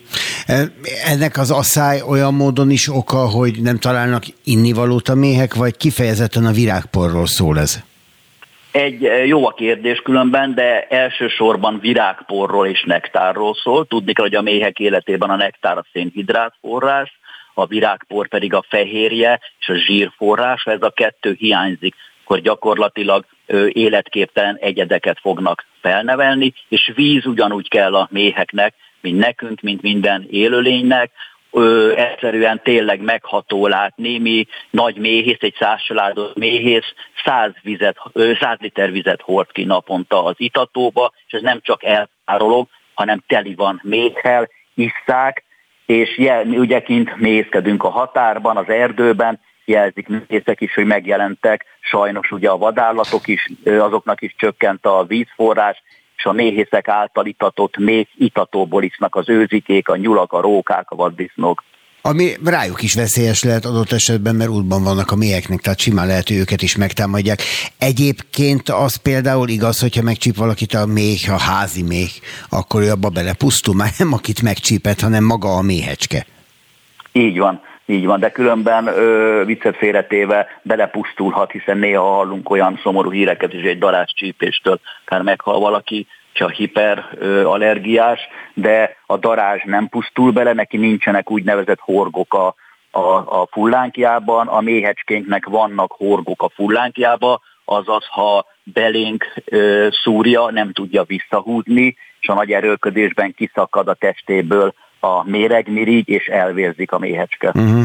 Ennek az asszály olyan módon is oka, hogy nem találnak innivalót a méhek, vagy kifejezetten a virágporról szól ez? Egy jó a kérdés különben, de elsősorban virágporról és nektárról szól. Tudni kell, hogy a méhek életében a nektár a szénhidrát forrás, a virágpor pedig a fehérje és a zsírforrás. Ha ez a kettő hiányzik, akkor gyakorlatilag életképtelen egyedeket fognak felnevelni, és víz ugyanúgy kell a méheknek, mint nekünk, mint minden élőlénynek. Ö, egyszerűen tényleg megható látni, mi nagy méhész, egy száz családos méhész száz, vizet, ö, száz liter vizet hord ki naponta az itatóba, és ez nem csak elpárolog, hanem teli van méhel, isszák, és jel, mi ugye kint méhészkedünk a határban, az erdőben, jelzik méhészek is, hogy megjelentek, sajnos ugye a vadállatok is, azoknak is csökkent a vízforrás, és a méhészek által itatott méh itatóból isznak az őzikék, a nyulak, a rókák, a vaddisznók. Ami rájuk is veszélyes lehet adott esetben, mert útban vannak a méheknek, tehát simán lehet, hogy őket is megtámadják. Egyébként az például igaz, hogyha megcsíp valakit a méh, a házi méh, akkor ő abba belepusztul, már nem akit megcsípett, hanem maga a méhecske. Így van. Így van, de különben ö, viccet félretéve belepusztulhat, hiszen néha hallunk olyan szomorú híreket is egy darázscsípéstől, akár meghal valaki, csak hiperallergiás, de a darázs nem pusztul bele, neki nincsenek úgynevezett horgok a, a, a fullánkjában, a méhecskénknek vannak horgok a fullánkjába, azaz ha belénk ö, szúrja, nem tudja visszahúzni, és a nagy erőlködésben kiszakad a testéből a méregmirigy, és elvérzik a méhecske. Uh-huh.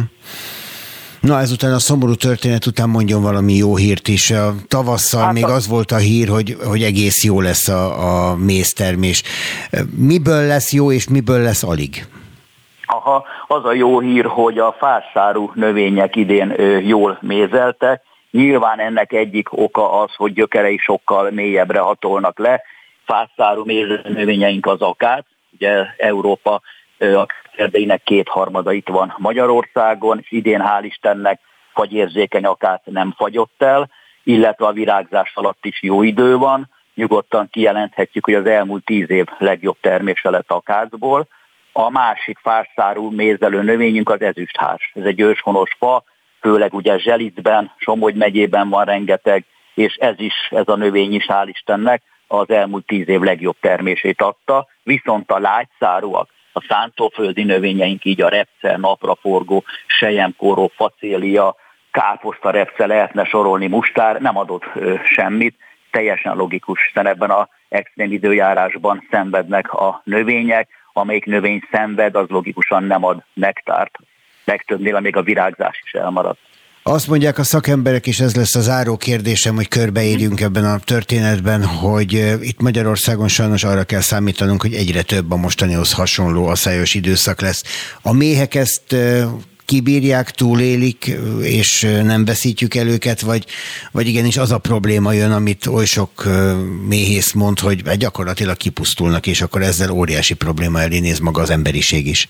Na ezután a szomorú történet után mondjon valami jó hírt is. A tavasszal hát még a... az volt a hír, hogy, hogy egész jó lesz a, a méztermés. Miből lesz jó, és miből lesz alig? Aha, az a jó hír, hogy a fászárú növények idén jól mézeltek. Nyilván ennek egyik oka az, hogy gyökerei sokkal mélyebbre hatolnak le. Fászárú mézelő növényeink az akác, ugye Európa a erdeinek kétharmada itt van Magyarországon, és idén hál' Istennek fagyérzékeny akác nem fagyott el, illetve a virágzás alatt is jó idő van. Nyugodtan kijelenthetjük, hogy az elmúlt tíz év legjobb termése lett akácból. A másik fászárú mézelő növényünk az ezüsthárs. Ez egy őshonos fa, főleg ugye Zselicben, Somogy megyében van rengeteg, és ez is, ez a növény is hál' Istennek az elmúlt tíz év legjobb termését adta. Viszont a lágyszárúak, a szántóföldi növényeink, így a repce, napraforgó, selyemkóró, facélia, káposzta, repce, lehetne sorolni, mustár, nem adott ö, semmit, teljesen logikus, hiszen ebben az extrém időjárásban szenvednek a növények, amelyik növény szenved, az logikusan nem ad nektárt. Legtöbbnél még a virágzás is elmarad. Azt mondják a szakemberek, és ez lesz a záró kérdésem, hogy körbeérjünk ebben a történetben, hogy itt Magyarországon sajnos arra kell számítanunk, hogy egyre több a mostanihoz hasonló aszályos időszak lesz. A méhek ezt kibírják, túlélik, és nem veszítjük el őket, vagy, vagy igenis az a probléma jön, amit oly sok méhész mond, hogy gyakorlatilag kipusztulnak, és akkor ezzel óriási probléma elé néz maga az emberiség is.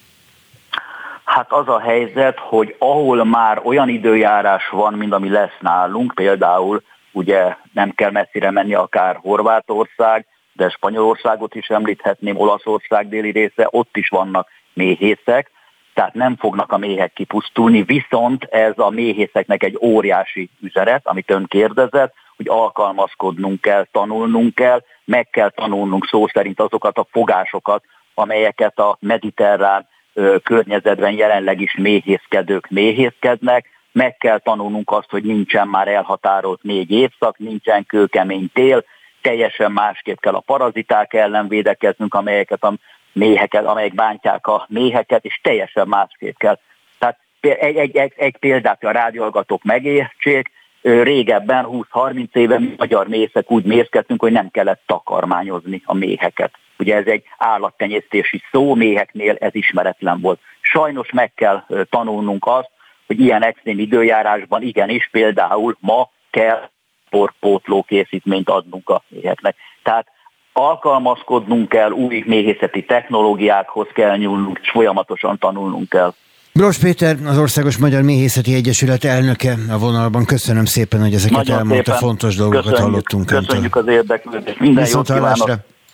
Hát az a helyzet, hogy ahol már olyan időjárás van, mint ami lesz nálunk, például ugye nem kell messzire menni, akár Horvátország, de Spanyolországot is említhetném, Olaszország déli része, ott is vannak méhészek, tehát nem fognak a méhek kipusztulni, viszont ez a méhészeknek egy óriási üzenet, amit ön kérdezett, hogy alkalmazkodnunk kell, tanulnunk kell, meg kell tanulnunk szó szerint azokat a fogásokat, amelyeket a mediterrán ö, környezetben jelenleg is méhészkedők méhészkednek, meg kell tanulnunk azt, hogy nincsen már elhatárolt négy évszak, nincsen kőkemény tél, teljesen másképp kell a paraziták ellen védekeznünk, amelyeket a méheket, amelyek bántják a méheket, és teljesen másképp kell. Tehát egy, egy, egy, egy példát a rádióhallgatók megértsék, régebben húsz-harminc éve mi magyar méhészek úgy mészkedtünk, hogy nem kellett takarmányozni a méheket. Ugye ez egy állattenyésztési szó, méheknél ez ismeretlen volt. Sajnos meg kell tanulnunk azt, hogy ilyen extrém időjárásban igenis például ma kell porpótló készítményt adnunk a méheknek. Tehát alkalmazkodnunk kell, új méhészeti technológiákhoz kell nyúlnunk, és folyamatosan tanulnunk kell. Bross Péter, az Országos Magyar Méhészeti Egyesület elnöke a vonalban. Köszönöm szépen, hogy ezeket nagyon elmondta, szépen. Fontos dolgokat köszönjük, hallottunk öntől. Köszönjük az érdeklődést. Minden jót kívánok.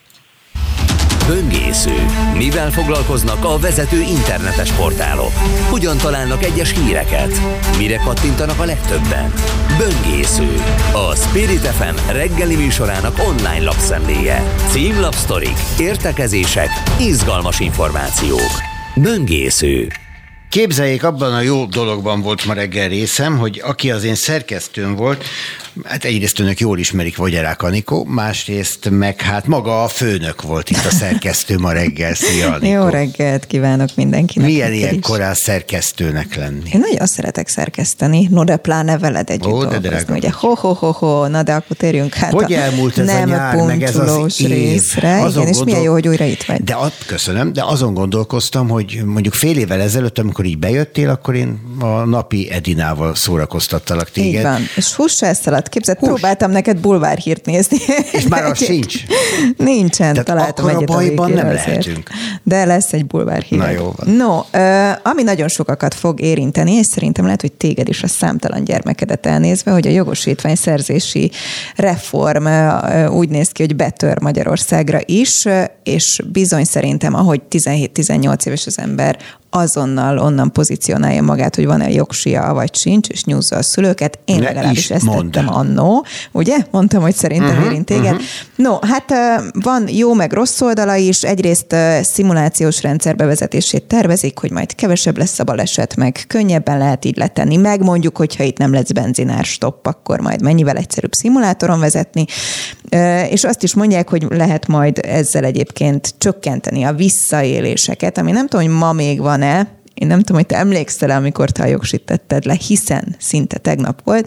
Böngésző. Mivel foglalkoznak a vezető internetes portálok? Hogyan találnak egyes híreket? Mire kattintanak a legtöbben? Böngésző. A Spirit ef em reggeli műsorának online lapszemléje. Címlapsztorik, értekezések, izgalmas információk. Böngésző. Képzeljék, abban a jó dologban volt ma reggel részem, hogy aki az én szerkesztőm volt, hát egyrészt önök jól ismerik Vogyarák Anikó, másrészt meg hát maga a főnök volt itt a szerkesztő ma reggel. Szia, Anikó. Jó reggelt kívánok mindenkinek. Milyen ilyen korán szerkesztőnek lenni? Én nagyon szeretek szerkeszteni, no de pláne veled együtt Ó, dolgozni. Ugye ho-ho-ho-ho, na de akkor térjünk hát hogy a elmúlt ez nem a nyár, meg ez az év. Részre. Igen, gondol... és milyen jó, hogy újra itt vagy. De at, köszönöm, de azon gondolkoztam, hogy mondjuk fél évvel ezelőtt, amikor így bejöttél, akkor én a napi Edinával szórakoztattalak téged. Így van, és hússálszalat, képzeld, Hús. próbáltam neked bulvárhírt nézni. És már az sincs? Nincsen, tehát találtam egyet a bajban nem azért. lehetünk. De lesz egy bulvárhír. Na jó van. No, ami nagyon sokakat fog érinteni, és szerintem lehet, hogy téged is a számtalan gyermekedet elnézve, hogy a jogosítvány szerzési reform úgy néz ki, hogy betör Magyarországra is, és bizony szerintem, ahogy tizenhét-tizennyolc éves az ember, azonnal onnan pozícionálja magát, hogy van-e jogsia, vagy sincs, és nyúzza a szülőket. Én ne legalábbis ezt mondd. tettem annó. Ugye? Mondtam, hogy szerintem uh-huh, érint téged. Uh-huh. No, hát van jó meg rossz oldala is. Egyrészt szimulációs rendszer bevezetését tervezik, hogy majd kevesebb lesz a baleset, meg könnyebben lehet így letenni. Meg mondjuk, hogyha itt nem lesz benzinár stopp, akkor majd mennyivel egyszerűbb szimulátoron vezetni. És azt is mondják, hogy lehet majd ezzel egyébként csökkenteni a visszaéléseket, ami nem tudom, hogy ma még van Én nem tudom, hogy te emlékszel, amikor te a jogsit tetted le, hiszen szinte tegnap volt.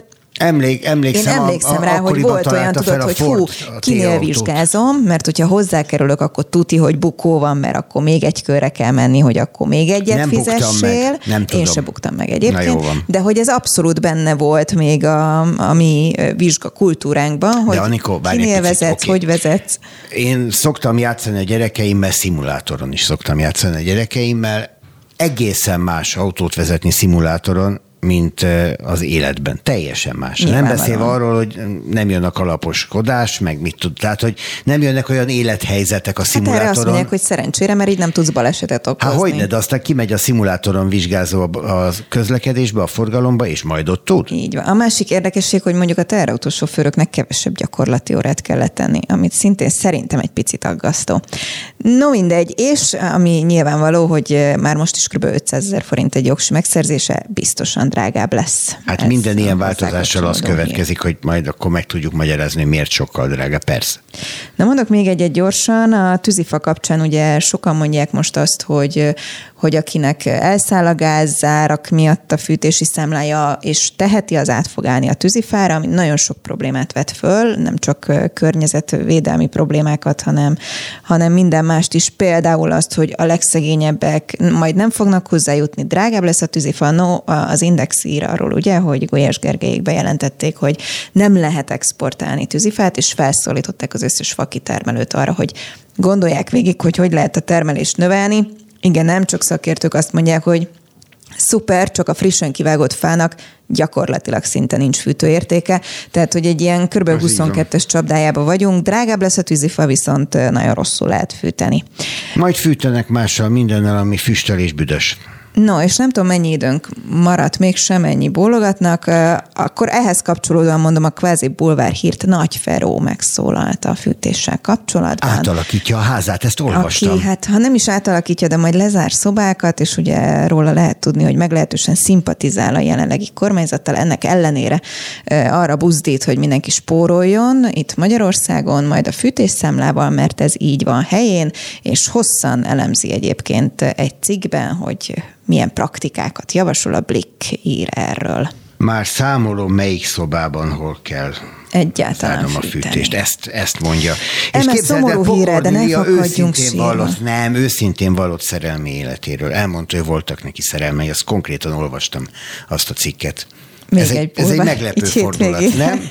Emlék, emlékszem, Én emlékszem a, a, rá, hogy volt olyan, tudod, hogy hú, kinél vizsgázom, mert hogyha hozzákerülök, akkor tuti, hogy bukó van, mert akkor még egy körre kell menni, hogy akkor még egyet nem fizessél. Nem tudom. Én se buktam meg egyébként. De hogy ez abszolút benne volt még a, a mi vizsgakultúránkban, hogy Anikó, kinél vezetsz, okay. hogy vezetsz. Én szoktam játszani a gyerekeimmel, szimulátoron is szoktam játszani a gyerekeimmel. Egészen más autót vezetni szimulátoron, mint az életben. Teljesen más. Nyilván nem beszélve arról, hogy nem jön a kalaposkodás, meg mit tud. Tehát, hogy nem jönnek olyan élethelyzetek a szimulátoron. Hát erre azt mondják, hogy szerencsére, mert így nem tudsz balesetet okozni. Hát hogyne, de aztán kimegy a szimulátoron vizsgázó a közlekedésbe, a forgalomba, és majd ott tud. Így van. A másik érdekesség, hogy mondjuk a teherautós-sofőröknek kevesebb gyakorlati órát kellett tenni, amit szintén szerintem egy picit aggasztó. No mindegy, és ami nyilvánvaló, hogy már most is kb. ötszázezer forint egy jogsi megszerzése, biztosan drágább lesz. Hát ez minden ilyen változással az következik, hogy majd akkor meg tudjuk magyarázni, hogy miért sokkal drágább, persze. Na mondok még egyet gyorsan, a tűzifa kapcsán ugye sokan mondják most azt, hogy hogy akinek elszáll a gázárak miatt a fűtési számlája, és teheti, az át fog állni a tűzifára, ami nagyon sok problémát vet föl, nem csak környezetvédelmi problémákat, hanem, hanem minden mást is. Például azt, hogy a legszegényebbek majd nem fognak hozzájutni, drágább lesz a tűzifa. No, az Index ír arról, ugye, hogy Gulyás Gergelyék bejelentették, hogy nem lehet exportálni tűzifát, és felszólították az összes fakitermelőt arra, hogy gondolják végig, hogy hogy lehet a termelést növelni. Igen, nem csak szakértők azt mondják, hogy szuper, csak a frissen kivágott fának gyakorlatilag szinte nincs fűtőértéke, tehát hogy egy ilyen kb. huszonkettes csapdájában vagyunk, drágább lesz a tűzifa, viszont nagyon rosszul lehet fűteni. Majd fűtenek mással mindennel, ami füstöl és büdös. No, és nem tudom, mennyi időnk maradt, még sem ennyi bólogatnak, akkor ehhez kapcsolódóan mondom, a kvázi bulvár hírt, Nagy Feró megszólalt a fűtéssel kapcsolatban. Átalakítja a házát, ezt olvastam. Aki, hát ha nem is átalakítja, de majd lezár szobákat, és ugye róla lehet tudni, hogy meglehetősen szimpatizál a jelenlegi kormányzattal, ennek ellenére arra buzdít, hogy mindenki spóroljon itt Magyarországon, majd a fűtésszámlával, mert ez így van helyén, és hosszan elemzi egyébként egy cikkben, hogy milyen praktikákat javasol, a Blick ír erről. Már számolom, melyik szobában hol kell egyáltalán a fűtést. Ezt, ezt mondja. Eme és szomorú híre, de ne fakadjunk sírva. Nem, őszintén vallott szerelmi életéről. Elmondta, hogy voltak neki szerelmei, azt konkrétan olvastam azt a cikket. Ez egy, egy, ez egy meglepő fordulat, nem?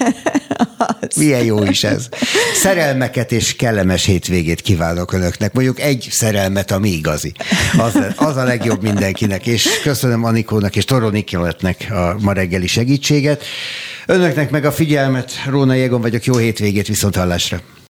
Milyen jó is ez. Szerelmeket és kellemes hétvégét kívánok önöknek. Mondjuk egy szerelmet, ami igazi. Az, az a legjobb mindenkinek. És köszönöm Anikónak és Toró Nikiletnek a ma reggeli segítséget. Önöknek meg a figyelmet. Rónai Egon vagyok, jó hétvégét, viszont hallásra.